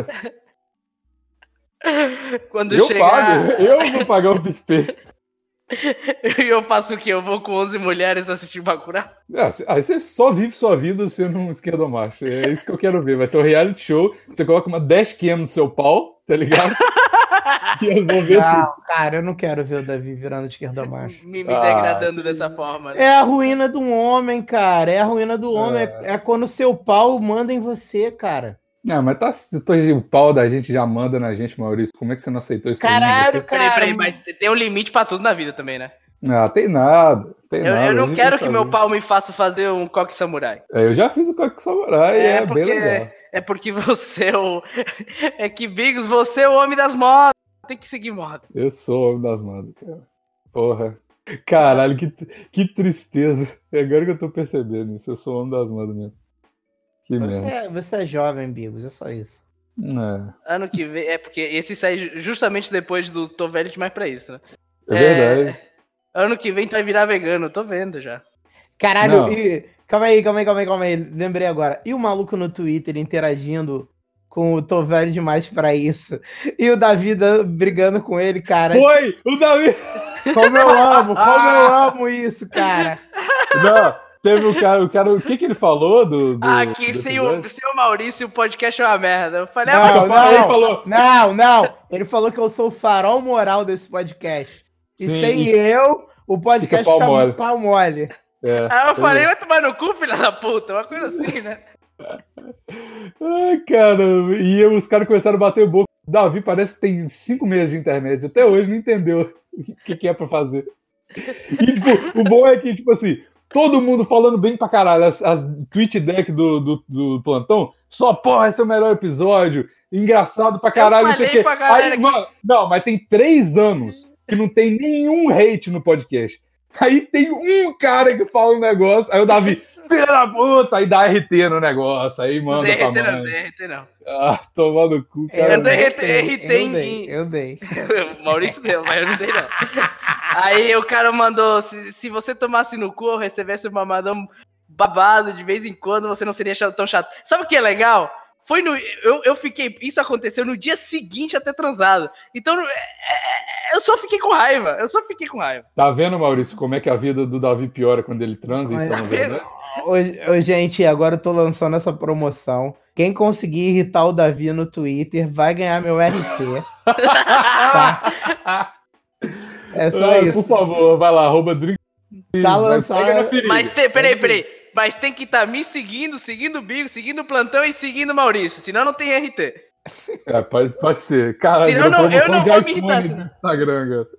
Quando Eu chegar. pago, eu vou pagar o PicPay. E eu faço o quê? Eu vou com onze mulheres assistir Bacurau? Ah, cê- Aí você só vive sua vida sendo um esquerdomacho. É isso que eu quero ver. Vai ser um reality show. Você coloca uma dashcam no seu pau, tá ligado? E eu vou ver tudo. Não, cara, eu não quero ver o Davi virando de esquerda macho. Me, me Ah, degradando dessa forma. Né? É a ruína do homem, cara. É a ruína do homem. É, é quando o seu pau manda em você, cara. Ah, mas tá, se tô- o pau da gente já manda na gente, Maurício. Como é que você não aceitou isso? aí, Caralho, você? Peraí, peraí, cara. mas tem um limite pra tudo na vida também, né? Ah, tem nada. Tem Eu, nada. eu a não gente quero vai que meu fazer. pau me faça fazer um coque samurai. É, eu já fiz o Coque Samurai, é, porque, bem legal. é porque você é o. É que, Biggs, você é o homem das modas. Tem que seguir moda. Eu sou o homem das modas, cara. Porra. Caralho, que, que tristeza. É agora que eu tô percebendo isso. Eu sou o homem das modas mesmo. Que Você merda. é, você é jovem, Bigos, é só isso. É, Ano que vem. É porque esse sai justamente depois do Tô Velho Demais pra isso, né? é verdade. Ano que vem tu vai virar vegano, tô vendo já. Caralho, Não. e, calma aí, calma aí, calma aí, calma aí. Lembrei agora. E o maluco no Twitter interagindo com o Tô Velho Demais pra isso? E o Davi dan- brigando com ele, cara. Foi! O Davi! Como eu amo, como eu amo isso, cara. Não, teve o cara, o cara. O que que ele falou do. do Aqui, do sem o, episódio? sem o Maurício, o podcast é uma merda. Eu falei, ah, Não, mas Só fala- não. Ele falou. Não, não. Ele falou que eu sou o farol moral desse podcast. E Sim, sem e- eu, o podcast Fica pau fica mole. pau mole. É, Aí eu foi falei, isso. vai tomar no cu, filha da puta. Uma coisa assim, né? Ai, cara, e os caras começaram a bater boca. Davi parece que tem cinco meses de internet. Até hoje não entendeu o que, que é pra fazer. E, tipo, o bom é que, tipo assim, todo mundo falando bem pra caralho. As, as tweet deck do, do, do plantão, só, porra, esse é o melhor episódio. Engraçado pra caralho, não sei o falei quê. pra galera Aí, que- mano, não, mas tem três anos que não tem nenhum hate no podcast. Aí tem um cara que fala um negócio, aí o Davi, filha da puta! Aí dá R T no negócio, aí manda Não pra tem R T não, mãe. não tem R T não. Ah, tomar no cu, cara. Eu dei R T, Eu R T em dei, eu dei. O Maurício deu, mas eu não dei, não. Aí o cara mandou: se, se você tomasse no cu ou recebesse um mamadão babado de vez em quando, você não seria chato- tão chato. Sabe o que é legal? Foi no. Eu, eu fiquei. Isso aconteceu no dia seguinte a ter transado. Então, é, é, eu só fiquei com raiva. Eu só fiquei com raiva. Tá vendo, Maurício, como é que a vida do Davi piora quando ele transa? Isso é Mas- uma verdade? Ô, ô, gente, agora eu tô lançando essa promoção. Quem conseguir irritar o Davi no Twitter vai ganhar meu R T. Tá? É só Ah, isso. Por favor, vai lá, arroba drink. Tá Mas lançado. pega na ferida. Mas tem, peraí, peraí. Mas tem que estar me seguindo, seguindo o Bigo, seguindo o Plantão e seguindo o Maurício. Senão não tem R T. É, pode, pode ser. Cara, Senão virou não- eu promoção não de vou me iPhone irritar, do senão. Instagram, cara.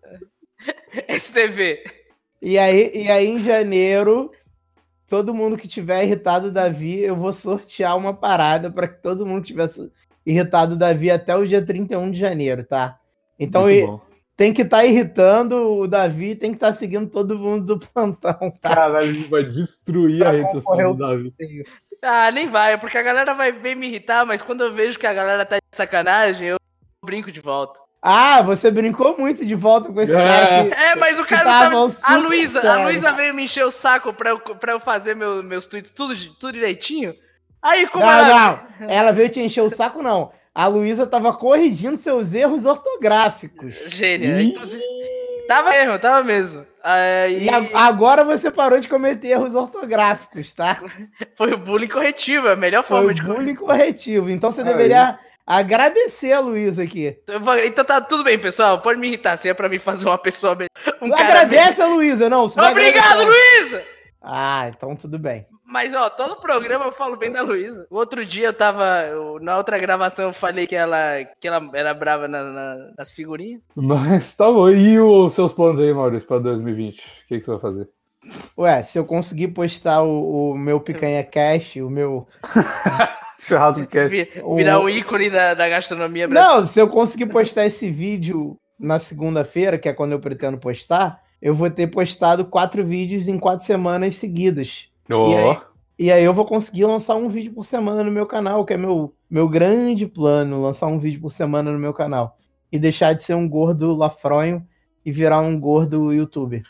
S T V. E aí, e aí, em janeiro, todo mundo que tiver irritado o Davi, eu vou sortear uma parada para que todo mundo que tiver irritado o Davi até o dia trinta e um de janeiro, tá? Então, Muito e- bom. tem que estar irritando o Davi, tem que estar seguindo todo mundo do plantão, tá? Caralho, a gente vai destruir a rede social do Davi. Ah, nem vai, porque a galera vai bem me irritar, mas quando eu vejo que a galera tá de sacanagem, eu brinco de volta. Ah, você brincou muito de volta com esse É. cara aqui. É, mas o cara não Tava tava. A super Luísa, a sério. Luísa veio me encher o saco pra eu, pra eu fazer meu- meus tweets tudo, tudo direitinho. Aí, como Não, ela. não. Ela veio te encher o saco, não. A Luísa tava corrigindo seus erros ortográficos. Gênia. Inclusive, tava mesmo, tava mesmo. Aí, E a- agora você parou de cometer erros ortográficos, tá? foi o bullying corretivo, é a melhor Foi forma o de bullying corretivo. Então você Aí. deveria agradecer a Luísa aqui. Eu vou- Então tá tudo bem, pessoal. Pode me irritar, se é pra mim fazer uma pessoa melhor. Um Não cara agradece a Luísa, não. você vai Obrigado, agradecer. Luísa! Ah, então tudo bem. Mas, ó, todo programa eu falo bem da Luísa. O outro dia eu tava. eu- na outra gravação eu falei que ela, que ela era brava na- na- nas figurinhas. Mas tá bom. E os seus planos aí, Maurício, pra dois mil e vinte? O que, que você vai fazer? Ué, se eu conseguir postar o, o meu Picanha Cash, o meu. Churrasco Cast. Vi- Virar um ícone da, da gastronomia Não, se eu conseguir postar esse vídeo na segunda-feira, que é quando eu pretendo postar, eu vou ter postado quatro vídeos em quatro semanas seguidas. Ó, E aí? E aí eu vou conseguir lançar um vídeo por semana no meu canal, que é meu, meu grande plano, lançar um vídeo por semana no meu canal. E deixar de ser um gordo lafronho e virar um gordo youtuber.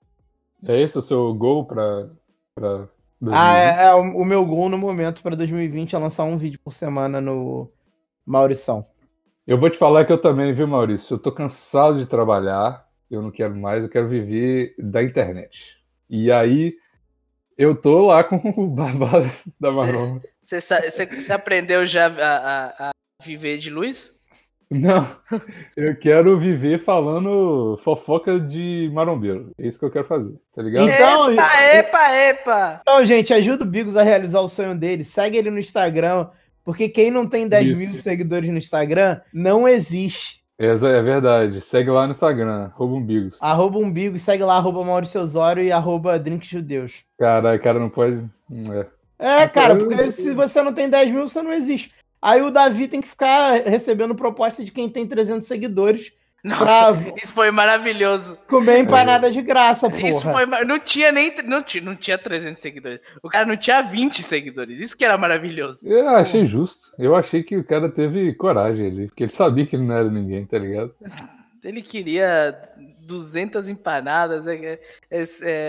é esse o seu gol pra, pra dois mil e vinte? Ah, é, é o, o meu gol no momento para dois mil e vinte é lançar um vídeo por semana no Maurição. Eu vou te falar que eu também, viu, Maurício? Eu tô cansado de trabalhar, eu não quero mais, eu quero viver da internet. E aí, eu tô lá com o babado da Maromba. Você sa- você- você aprendeu já a, a- a viver de luz? Não, eu quero viver falando fofoca de marombeiro. É isso que eu quero fazer, tá ligado? Então, Epa, epa, epa! Então, gente, ajuda o Bigos a realizar o sonho dele. Segue ele no Instagram, porque quem não tem dez mil Isso. seguidores no Instagram não existe. Essa é verdade. Segue lá no Instagram, arroba umbigos. Arroba Umbigo, segue lá, arroba Maurício Osório e arroba Drink Judeus. Caralho, cara não pode. Hum, É. É, cara, porque Eu- se você não tem dez mil, você não existe. Aí o Davi tem que ficar recebendo proposta de quem tem trezentos seguidores Nossa, pra isso foi maravilhoso. comer empanada de graça, porra. Isso foi mar- não tinha nem não tinha, não tinha trezentos seguidores. O cara não tinha vinte seguidores. Isso que era maravilhoso. Eu achei justo. Eu achei que o cara teve coragem ali, porque ele sabia que ele não era ninguém, tá ligado? Ele queria duzentas empanadas, é, é-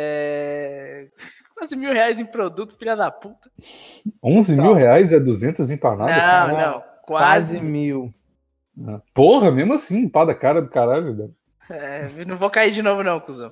é- quase mil reais em produto, filha da puta. onze mil reais é duzentas empanadas? Não, Caralho. não, Quase quase. mil. Porra, mesmo assim, empada cara do caralho, velho. É, não vou cair de novo não, cuzão.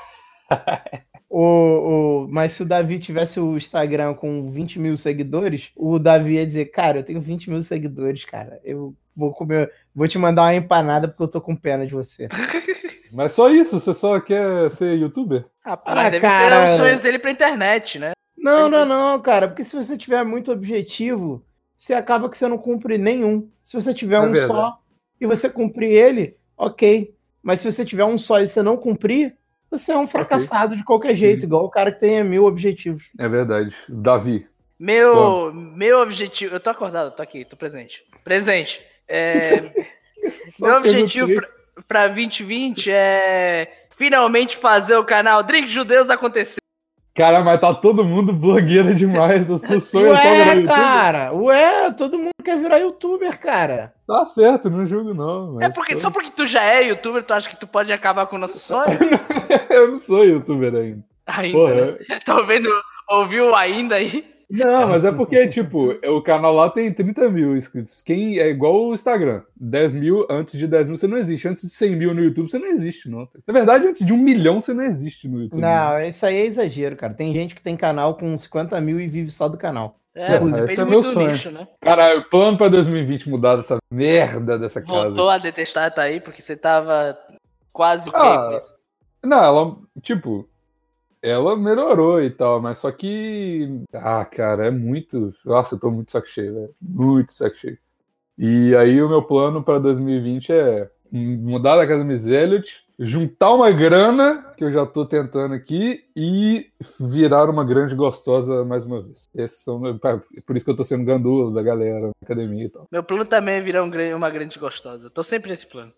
O, o, mas se o Davi tivesse o Instagram com vinte mil seguidores, o Davi ia dizer, cara, eu tenho vinte mil seguidores, cara. Eu vou comer, vou te mandar uma empanada porque eu tô com pena de você. Mas só isso, você só quer ser youtuber? Ah, Ah, mas deve cara. ser os sonhos dele pra internet, né? Não, não, não, cara, porque se você tiver muito objetivo, você acaba que você não cumpre nenhum. Se você tiver É um verdade. só e você cumprir ele, ok. Mas se você tiver um só e você não cumprir, você é um fracassado de qualquer jeito, igual o cara que tenha mil objetivos. É verdade. Davi. Meu, meu objetivo. Eu tô acordado, tô aqui, tô presente. Presente. É, Só meu objetivo perguntei. pra, pra vinte e vinte é finalmente fazer o canal Drinks Judeus acontecer. Cara, mas tá todo mundo blogueira demais. O seu sonho é só virar Ué, youtuber. cara, ué, todo mundo quer virar youtuber, cara. Tá certo, não julgo não. Mas É porque, só porque tu já é youtuber, tu acha que tu pode acabar com o nosso sonho? eu não sou youtuber ainda. Ainda, Porra. né? Tô vendo, ouviu ainda aí? Não, mas é porque, tipo, o canal lá tem trinta mil inscritos. Quem é igual o Instagram. dez mil, antes de dez mil você não existe. Antes de cem mil no YouTube você não existe, não. Na verdade, antes de um milhão você não existe no YouTube. Não, isso aí é exagero, cara. Tem gente que tem canal com cinquenta mil e vive só do canal. É, É, depende esse é muito meu do sonho. nicho, né? Cara, plano pra dois mil e vinte mudar dessa merda dessa casa. Voltou a detestar, tá aí, porque você tava quase ok Ah, com isso. Não, ela, tipo, ela melhorou e tal, mas só que. Ah, cara, é muito. Nossa, eu tô muito saco cheio, velho. Muito saco cheio. E aí, o meu plano pra dois mil e vinte é mudar da casa Miss Elliot, juntar uma grana, que eu já tô tentando aqui, e virar uma grande gostosa mais uma vez. Esses são, por isso que eu tô sendo gandula da galera na academia e tal. Meu plano também é virar um, gran- uma grande gostosa. Eu tô sempre nesse plano.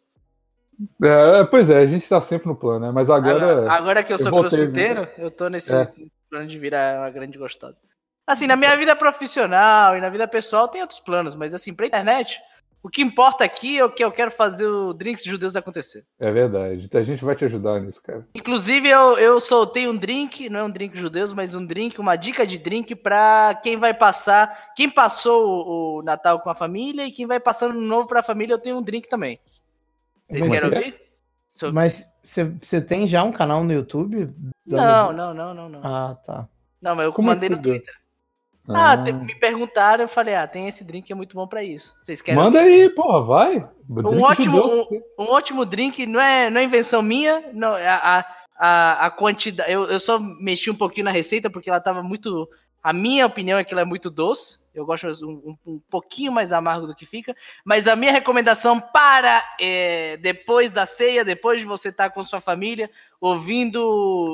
É, pois é, a gente tá sempre no plano, né? Mas agora. Agora, agora que eu eu sou voltei, crossfiteiro, eu tô nesse É. plano de virar uma grande gostosa. Assim, na minha vida profissional e na vida pessoal tem outros planos, mas assim, pra internet, o que importa aqui é o que eu quero fazer o Drinks Judeus acontecer. É verdade. A gente vai te ajudar nisso, cara. Inclusive, eu, eu soltei um drink, não é um drink judeus, mas um drink, uma dica de drink pra quem vai passar, quem passou o, o Natal com a família e quem vai passando no novo pra família, eu tenho um drink também. Vocês Mas querem é? ouvir? Sobre- Mas você tem já um canal no YouTube? Não, não, não, não, não. Ah, tá. Não, mas eu Como é que mandei você no deu? Twitter. Ah, te- me perguntaram, eu falei, ah, tem esse drink que é muito bom pra isso. Vocês querem Manda ouvir? aí, porra, vai. Um Drink ótimo, judeu. um, um ótimo drink, não é, não é invenção minha, não, a, a, a, a quantidade, eu, eu só mexi um pouquinho na receita porque ela tava muito, a minha opinião é que ela é muito doce, eu gosto um, um, um pouquinho mais amargo do que fica, mas a minha recomendação para é, depois da ceia, depois de você estar com sua família, ouvindo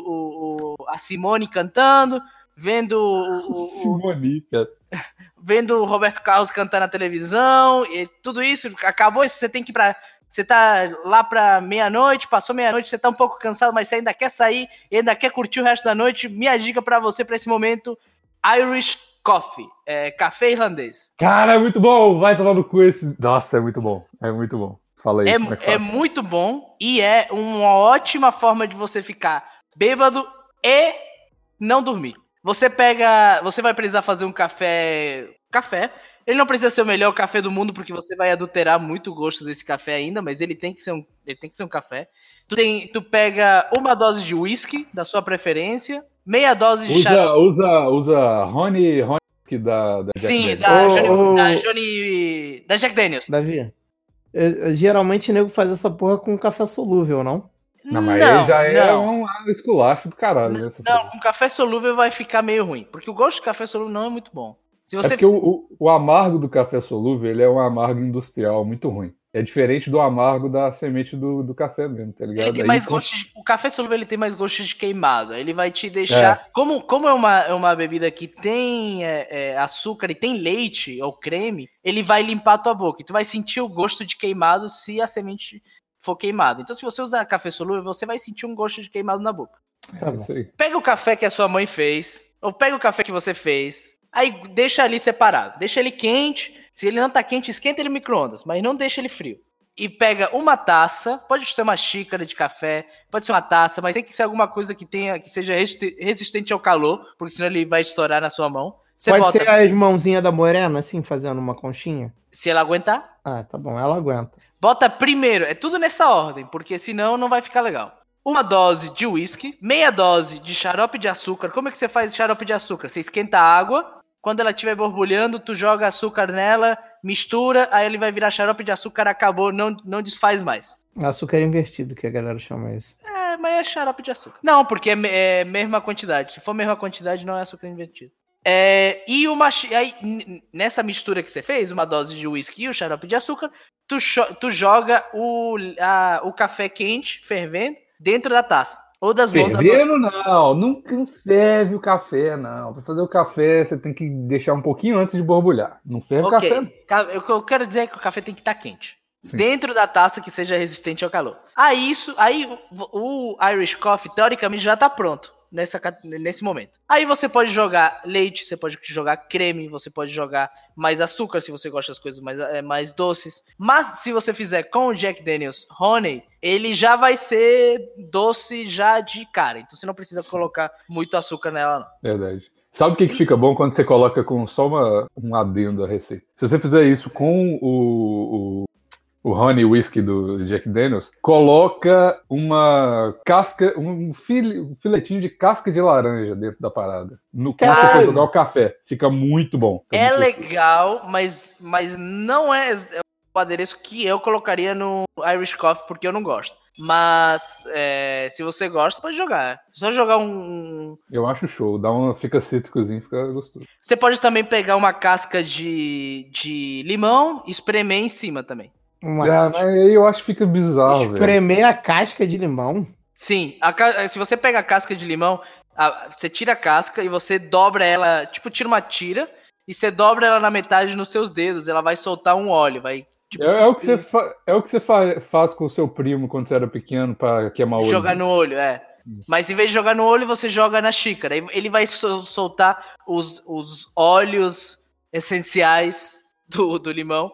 o, o, a Simone cantando, vendo o, o, Simone, cara. vendo o Roberto Carlos cantar na televisão, e tudo isso, acabou isso, você tem que ir pra... Você tá lá pra meia-noite, passou meia-noite, você tá um pouco cansado, mas você ainda quer sair e ainda quer curtir o resto da noite. Minha dica pra você pra esse momento, Irish Coffee, é, café irlandês. Cara, é muito bom. Vai tomar no cu esse. Nossa, é muito bom. É muito bom. Fala aí, É, como é que é faz? muito bom e é uma ótima forma de você ficar bêbado e não dormir. Você pega, você vai precisar fazer um café, café. Ele não precisa ser o melhor café do mundo porque você vai adulterar muito o gosto desse café ainda, mas ele tem que ser um, ele tem que ser um café. Tu tem, tu pega uma dose de whisky da sua preferência, meia dose de Usa, xarope. usa, usa Rony, Rony da, da Jack Sim, Daniels. da, Ô, Johnny, ô. da Johnny, da Jack Daniels. Davi, eu- eu- geralmente o nego faz essa porra com café solúvel, não? Não, mas aí já é não. um esculacho do caralho, né? essa Não, frase. com café solúvel vai ficar meio ruim, porque o gosto de café solúvel não é muito bom. Se É você porque o, o, o amargo do café solúvel, ele é um amargo industrial muito ruim. É diferente do amargo da semente do, do café mesmo, tá ligado? Ele tem Aí, mais com- gosto de, o café solúvel ele tem mais gosto de queimado. Ele vai te deixar. Como, como é, uma, é uma bebida que tem é, é, açúcar e tem leite ou creme, ele vai limpar a tua boca. E tu vai sentir o gosto de queimado se a semente for queimada. Então, se você usar café solúvel, você vai sentir um gosto de queimado na boca. Tá É bom. isso aí. Pega o café que a sua mãe fez, ou pega o café que você fez, aí deixa ali separado. Deixa ele quente. Se ele não tá quente, esquenta ele no micro-ondas, mas não deixa ele frio. E pega uma taça, pode ser uma xícara de café, pode ser uma taça, mas tem que ser alguma coisa que tenha, que seja resi- resistente ao calor, porque senão ele vai estourar na sua mão. Você Pode bota, ser as mãozinhas da morena, assim, fazendo uma conchinha? se ela aguentar, Ah, tá bom, ela aguenta. bota primeiro, é tudo nessa ordem, porque senão não vai ficar legal. Uma dose de whisky, meia dose de xarope de açúcar. Como é que você faz xarope de açúcar? Você esquenta a água, quando ela estiver borbulhando, tu joga açúcar nela, mistura, aí ele vai virar xarope de açúcar, acabou, não, não desfaz mais. Açúcar invertido, que a galera chama isso. É, mas é xarope de açúcar. Não, porque é, me- é mesma quantidade. Se for mesma quantidade, não é açúcar invertido. É, e uma, chi- aí, n- nessa mistura que você fez, uma dose de whisky e o xarope de açúcar, tu, cho- tu joga o, a- o café quente, fervendo, dentro da taça. Ou das mãos da Fervendo, não. Nunca ferve o café, não. Para fazer o café, você tem que deixar um pouquinho antes de borbulhar. Não ferve o café. Ok. Ca- O que eu quero dizer é que o café tem que estar quente. Sim. dentro da taça que seja resistente ao calor. Aí, isso, aí o, o Irish Coffee, teoricamente, já está pronto nessa, nesse momento. Aí você pode jogar leite, você pode jogar creme, você pode jogar mais açúcar, se você gosta das coisas mais, é, mais doces. Mas se você fizer com o Jack Daniel's Honey, ele já vai ser doce já de cara. Então você não precisa colocar muito açúcar nela, não. Verdade. Sabe o que, que fica bom quando você coloca com só uma, um adendo da receita? Se você fizer isso com o, o, o Honey Whisky do Jack Daniels, coloca uma casca, um, file, um filetinho de casca de laranja dentro da parada. No, quando você for jogar o café. Fica muito bom. Fica É muito legal, mas, mas não é o adereço que eu colocaria no Irish Coffee, porque eu não gosto. Mas é, se você gosta, pode jogar. É só jogar um... Eu acho show. Dá uma, fica cítricozinho, fica gostoso. Você pode também pegar uma casca de, de limão e espremer em cima também. Uma... Ah, mas aí eu acho que fica bizarro, velho. Espremer a casca de limão? Sim. A, se você pega a casca de limão, a, você tira a casca e você dobra ela, tipo, tira uma tira e você dobra ela na metade nos seus dedos. Ela vai soltar um óleo, vai... Tipo, é, é, o que você fa- é o que você fa- faz com o seu primo quando você era pequeno pra queimar o olho. Jogar no olho, é. Mas em vez de jogar no olho, você joga na xícara. Ele vai sol- soltar os, os óleos essenciais do, do limão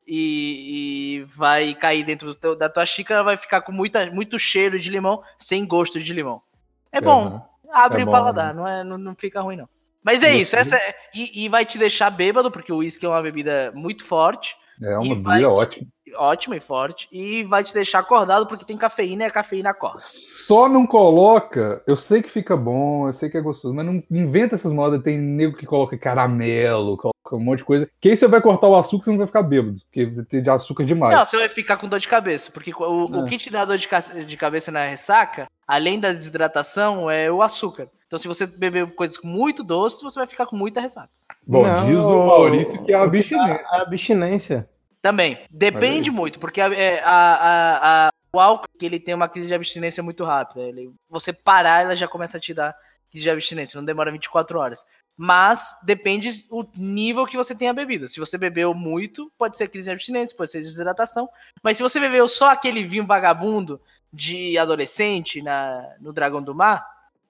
e, e vai cair dentro do teu, da tua xícara. Vai ficar com muita, muito cheiro de limão, sem gosto de limão. É bom. Uhum. Abre É o bom, paladar, né? não, é, não, não fica ruim, não. Mas é Gostei. isso. Essa é, e, e vai te deixar bêbado, porque o uísque é uma bebida muito forte. É uma E bebida vai- ótima. Ótima e forte. E vai te deixar acordado porque tem cafeína e a cafeína acorda. Só não coloca. Eu sei que fica bom, eu sei que é gostoso, mas não inventa essas modas. Tem nego que coloca caramelo, coloca um monte de coisa. Que aí você vai cortar o açúcar, você não vai ficar bêbado, porque você tem de açúcar demais. Não, você vai ficar com dor de cabeça. Porque o, o É. que te dá dor de, ca- de cabeça na ressaca, além da desidratação, é o açúcar. Então, se você beber coisas muito doces, você vai ficar com muita ressaca. Bom, Não, diz o Maurício que é a o que dá- abstinência. A abstinência. Também. Depende aí. muito, porque a, é, a- a- a- o álcool, ele tem uma crise de abstinência muito rápida. Ele, você parar, ela já começa a te dar crise de abstinência. Não demora vinte e quatro horas. Mas depende o nível que você tem a bebida. Se você bebeu muito, pode ser crise de abstinência, pode ser desidratação. Mas se você bebeu só aquele vinho vagabundo de adolescente na, no Dragão do Mar,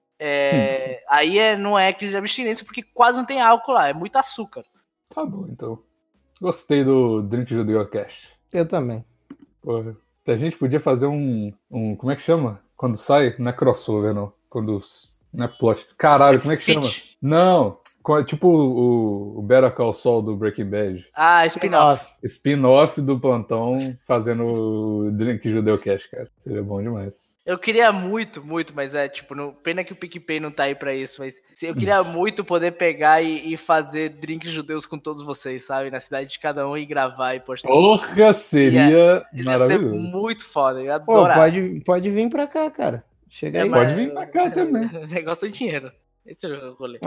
é, aí é, não é crise de abstinência, porque quase não tem álcool lá, é muito açúcar. Tá bom, então. Gostei do Drink Judeu Cast. Eu também. Porra. A gente podia fazer um, um. Como é que chama? Quando sai? Não é crossover, não. Quando. Não é plot. Caralho, como é que chama? Fit. Não. co- Tipo o, o Better Call Saul do Breaking Bad. Ah, spin-off. Spin-off do Plantão fazendo o Drink Judeu Cast, cara. Seria bom demais. Eu queria muito, muito, mas é tipo, não, pena que o PicPay não tá aí pra isso, mas eu queria muito poder pegar e, e fazer drinks judeus com todos vocês, sabe? Na cidade de cada um e gravar e postar. Porra, seria Isso ia ser maravilhoso. muito foda, eu ia Pô, adorar. pode, pode vir pra cá, cara. Chega É, aí. mas- Pode vir pra cá também. O negócio é dinheiro. Esse é o rolê.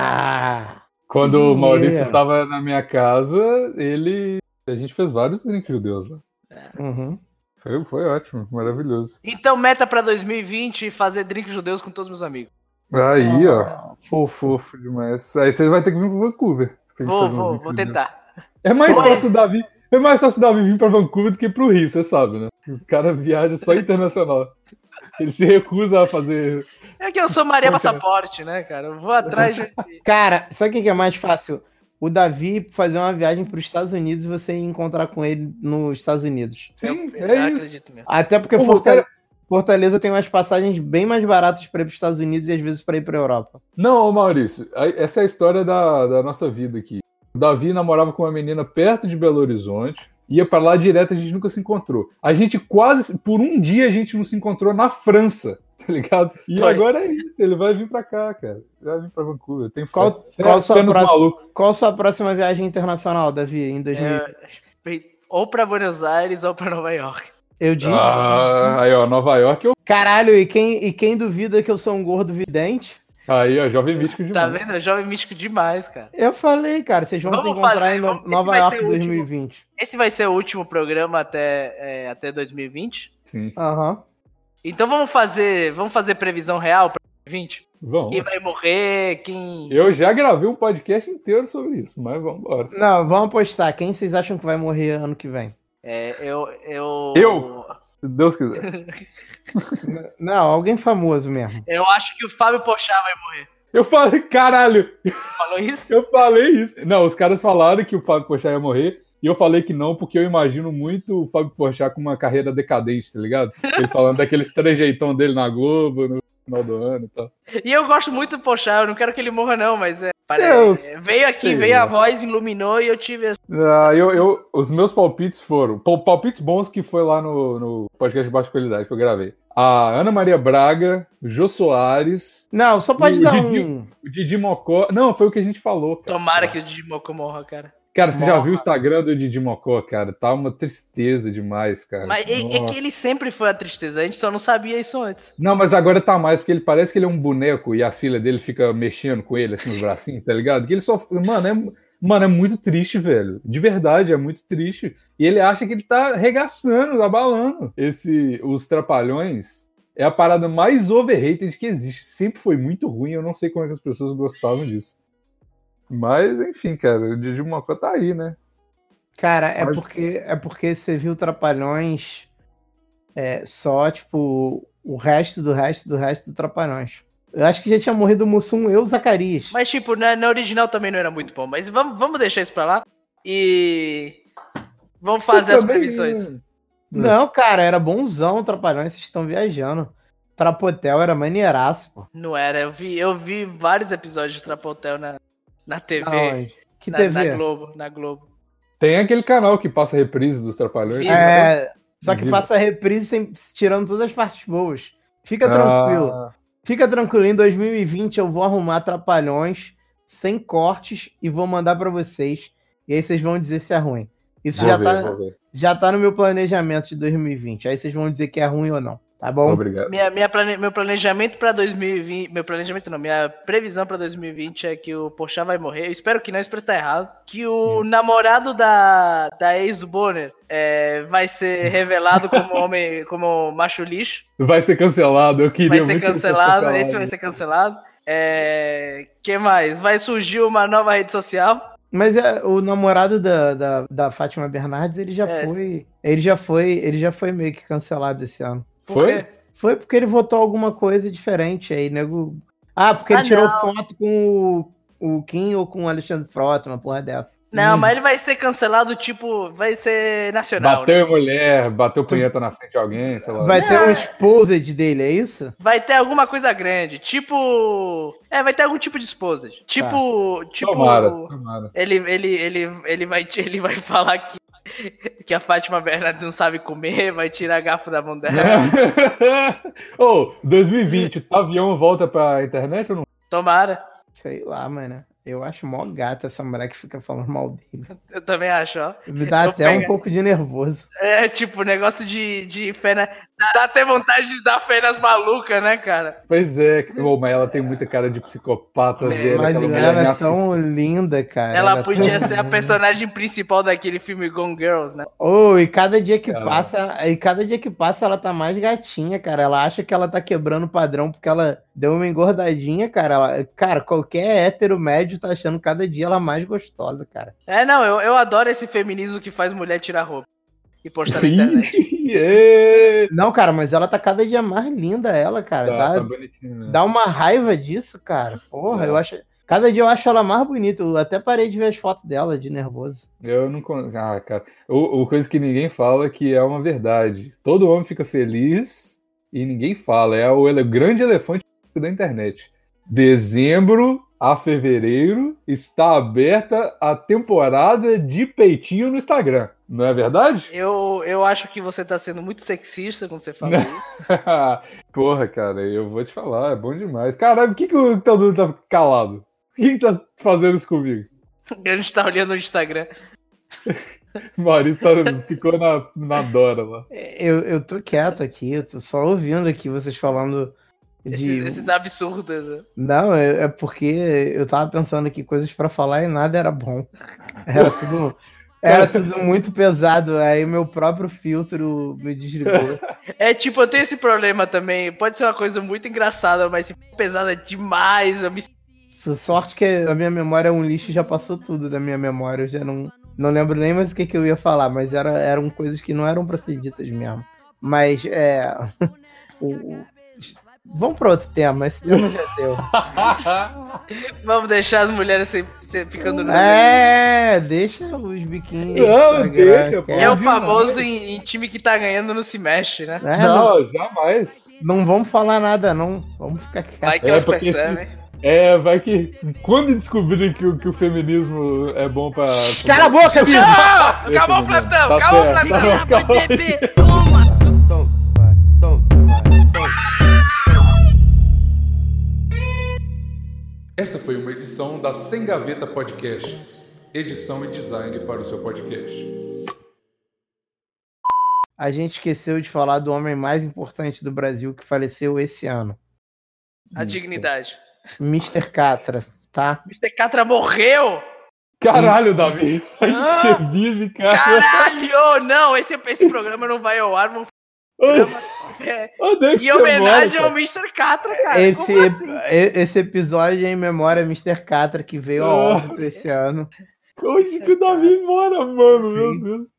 Ah! Quando o Dinheiro. Maurício tava na minha casa, ele. A gente fez vários drinks judeus lá. Uhum. Foi, foi ótimo, maravilhoso. Então, meta pra dois mil e vinte, fazer drinks judeus com todos os meus amigos. Aí, ó. Ah, fofo. Fofo demais. Aí você vai ter que vir pro Vancouver. pra gente Vou, fazer uns vou, drinks vou judeus. tentar. É mais Vou. fácil o Davi. É mais fácil o Davi vir pra Vancouver do que pro Rio, você sabe, né? O cara viaja só internacional. Ele se recusa a fazer. É que eu sou Maria Passaporte, né, cara? Eu vou atrás de... Cara, sabe o que que é mais fácil? O Davi fazer uma viagem para os Estados Unidos e você encontrar com ele nos Estados Unidos. Sim, eu, é eu isso. acredito mesmo. Até porque Pô, Fortaleza, cara- Fortaleza tem umas passagens bem mais baratas para ir para os Estados Unidos e às vezes para ir para Europa. Não, ô Maurício, aí- essa é a história da, da nossa vida aqui. O Davi namorava com uma menina perto de Belo Horizonte, ia pra lá direto, a gente nunca se encontrou. A gente quase, por um dia, a gente não se encontrou na França, tá ligado? E Foi. agora é isso, ele vai vir pra cá, cara. Vai vir pra Vancouver. Tem Qual- fé, qual fé, sua fé nos próxima- malucos. Qual a sua próxima viagem internacional, Davi, em dois mil? É, ou pra Buenos Aires ou pra Nova York. Eu disse. Ah, aí, ó, Nova York, eu... Caralho, e quem, e quem duvida que eu sou um gordo vidente? aí, ó, jovem místico demais. Tá vendo? É jovem místico demais, cara. Eu falei, cara, vocês vão Vamos se encontrar fazer, em No- vamos- esse Nova vai York ser o dois mil e vinte. Esse vai ser o último programa até, é, até dois mil e vinte. Sim, Aham. Então vamos fazer, vamos fazer previsão real pra dois mil e vinte? vamos. Quem vai morrer, quem... Eu já gravei um podcast inteiro sobre isso, mas vamos embora. Não, vamos apostar. Quem vocês acham que vai morrer ano que vem? É, eu, eu. Eu? Se Deus quiser. Não, alguém famoso mesmo. Eu acho que o Fábio Porchat vai morrer. Eu falei, caralho! Falou isso? Eu falei isso. Não, os caras falaram que o Fábio Porchat ia morrer. E eu falei que não, porque eu imagino muito o Fábio Porchat com uma carreira decadente, tá ligado? Ele falando daqueles trejeitão dele na Globo, no final do ano e tal. E eu gosto muito do Porchat, eu não quero que ele morra não, mas é... Deus, é veio aqui, sei veio lá. a voz, iluminou e eu tive... essa- Ah, eu, eu, os meus palpites foram... pal- Palpites bons que foi lá no, no podcast de baixa qualidade que eu gravei. A Ana Maria Braga, o Jô Soares... Não, só pode o dar Didi, um. o Didi Mocó... Não, foi o que a gente falou, cara. Tomara que o Digimocó morra, cara. Cara, você já Morra. viu o Instagram do Didi Mocó, cara? Tá uma tristeza demais, cara. Mas é, é Nossa. que ele sempre foi a tristeza, a gente só não sabia isso antes. Não, mas agora tá mais, porque ele parece que ele é um boneco e as filhas dele ficam mexendo com ele, assim, nos bracinhos, tá ligado? Que ele só... Mano, é, mano, é muito triste, velho. De verdade, é muito triste. E ele acha que ele tá arregaçando, abalando. Esse... Os Trapalhões é a parada mais overrated que existe. Sempre foi muito ruim, eu não sei como é que as pessoas gostavam disso. Mas, enfim, cara, o Didi Mocó tá aí, né? Cara, é Mas- porque, é porque você viu Trapalhões é, só, tipo, o resto do resto do resto do Trapalhões. Eu acho que já tinha morrido o Mussum, eu, Zacarias. Mas, tipo, na, na original também não era muito bom. Mas vamos, vamos deixar isso pra lá. E vamos fazer Você as também, previsões. né? Não, cara, era bonzão o Trapalhões, vocês estão viajando. Trapotel era maneiraço, pô. Não era, eu vi, eu vi vários episódios de Trapotel na, na T V. Aonde? Que na, T na V? Globo, na Globo. Tem aquele canal que passa reprise dos Trapalhões. Vi. né? É, só que Vivo. faça reprise sem, tirando todas as partes boas. Fica Ah, tranquilo. Fica tranquilo, em dois mil e vinte eu vou arrumar Trapalhões sem cortes e vou mandar pra vocês. E aí vocês vão dizer se é ruim. Isso vou já ver, tá, vou ver. já tá no meu planejamento de dois mil e vinte. Aí vocês vão dizer que é ruim ou não, tá bom? Obrigado. Minha, minha plane, meu planejamento pra dois mil e vinte. Meu planejamento não, minha previsão pra dois mil e vinte é que o Porchat vai morrer. Eu espero que não, espero estar errado. Que o namorado da, da ex do Bonner é, vai ser revelado como homem, como macho lixo. Vai ser cancelado, eu queria Vai ser muito que ele fosse cancelado, esse vai ser cancelado. É, que mais? Vai surgir uma nova rede social. Mas é, o namorado da, da, da Fátima Bernardes, ele já É. foi. Ele já foi. Ele já foi meio que cancelado esse ano. Por Foi? quê? Foi porque ele votou alguma coisa diferente aí, nego. Ah, porque Ah, ele tirou não. foto com o, o Kim ou com o Alexandre Frota, uma porra dessa. Não, Hum. mas ele vai ser cancelado, tipo, vai ser nacional. Bateu né? em mulher, bateu punheta na frente de alguém, sei lá. Vai ter um exposed dele, é isso? Vai ter alguma coisa grande, tipo... É, vai ter algum tipo de exposed. Tipo... tipo Tomara, tomara. Ele, ele, ele, ele, vai, ele vai falar que, que a Fátima Bernardes não sabe comer, vai tirar garfo da mão dela. Ô, dois mil e vinte, o avião volta pra internet ou não? Tomara. Sei lá, mano. Eu acho mó gata essa mulher que fica falando mal dele. Eu também acho, ó. Me dá Eu até um pego. pouco de nervoso. É, tipo, negócio de, de fé na... Dá até vontade de dar fé nas malucas, né, cara? Pois é, ô, mas ela tem muita cara de psicopata, É, velho. Mas aquela mulher ela me é assusta. tão linda, cara. Ela é podia tão ser a linda. personagem principal daquele filme Gone Girls, né? Oh, e cada dia que Caramba. passa, e cada dia que passa ela tá mais gatinha, cara. Ela acha que ela tá quebrando o padrão porque ela deu uma engordadinha, cara. Ela- cara, qualquer hétero médio tá achando cada dia ela mais gostosa, cara. É, não, eu, eu adoro esse feminismo que faz mulher tirar roupa e postar na internet. É. Não, cara, mas ela tá cada dia mais linda, ela, cara. Tá, dá, tá bonitinho, né? dá uma raiva disso, cara. Porra, É. eu acho. Cada dia eu acho ela mais bonita. Eu até parei de ver as fotos dela de nervoso. Eu não. con- Ah, cara. O, o coisa que ninguém fala que é uma verdade. Todo homem fica feliz e ninguém fala. É o ele- grande elefante da internet. Dezembro a fevereiro está aberta a temporada de peitinho no Instagram. Não é verdade? Eu, eu acho que você tá sendo muito sexista quando você fala isso. Porra, cara, eu vou te falar, é bom demais. Caralho, por que, que o Tadu tá calado? Por que, que tá fazendo isso comigo? A gente tá olhando no Instagram. O Maurício tá- ficou na, na Dora lá. Eu, eu tô quieto aqui, eu tô só ouvindo aqui vocês falando de. Esses, esses absurdos. Né? Não, é, é porque eu tava pensando aqui coisas pra falar e nada era bom. Era tudo, era tudo muito pesado. Aí meu próprio filtro me desligou. É tipo, eu tenho esse problema também. Pode ser uma coisa muito engraçada, mas se for pesada demais, eu me Sorte que a minha memória é um lixo, já passou tudo da minha memória. Eu já não, Não lembro nem mais o que, que eu ia falar, mas era, eram coisas que não eram pra ser ditas mesmo. Mas, é... o, o- vamos para outro tema, esse tema já deu. Vamos deixar as mulheres se, se- ficando no É, deixa os biquinhos. Não, Instagram, deixa, que pô. É o Pode famoso em, em time que tá ganhando não se mexe, né? É, não, Não, jamais. não vamos falar nada, não. Vamos ficar Vai quietos. que É, elas porque percebem. É, vai que. Quando descobrirem que, o- que o feminismo é bom pra. Cala a boca, bicho! Tchau! Acabou o plantão! Tá Acabou o certo, plantão! tá bom, calma aí. Essa foi uma edição da Sem Gaveta Podcasts. Edição e design para o seu podcast. A gente esqueceu de falar do homem mais importante do Brasil que faleceu esse ano. A dignidade. mister Catra, tá? mister Catra morreu! Caralho, Davi. Onde que Ah. você vive, cara? Caralho! Não, esse, esse programa não vai ao ar. Vamos... É, Onde é que em você homenagem mora, ao mister Catra, cara. Esse, Como assim? e- esse episódio é em memória a mister Catra, que veio ao Ah. óbito esse ano. cara? Onde que o Davi mora, mano? Meu Deus.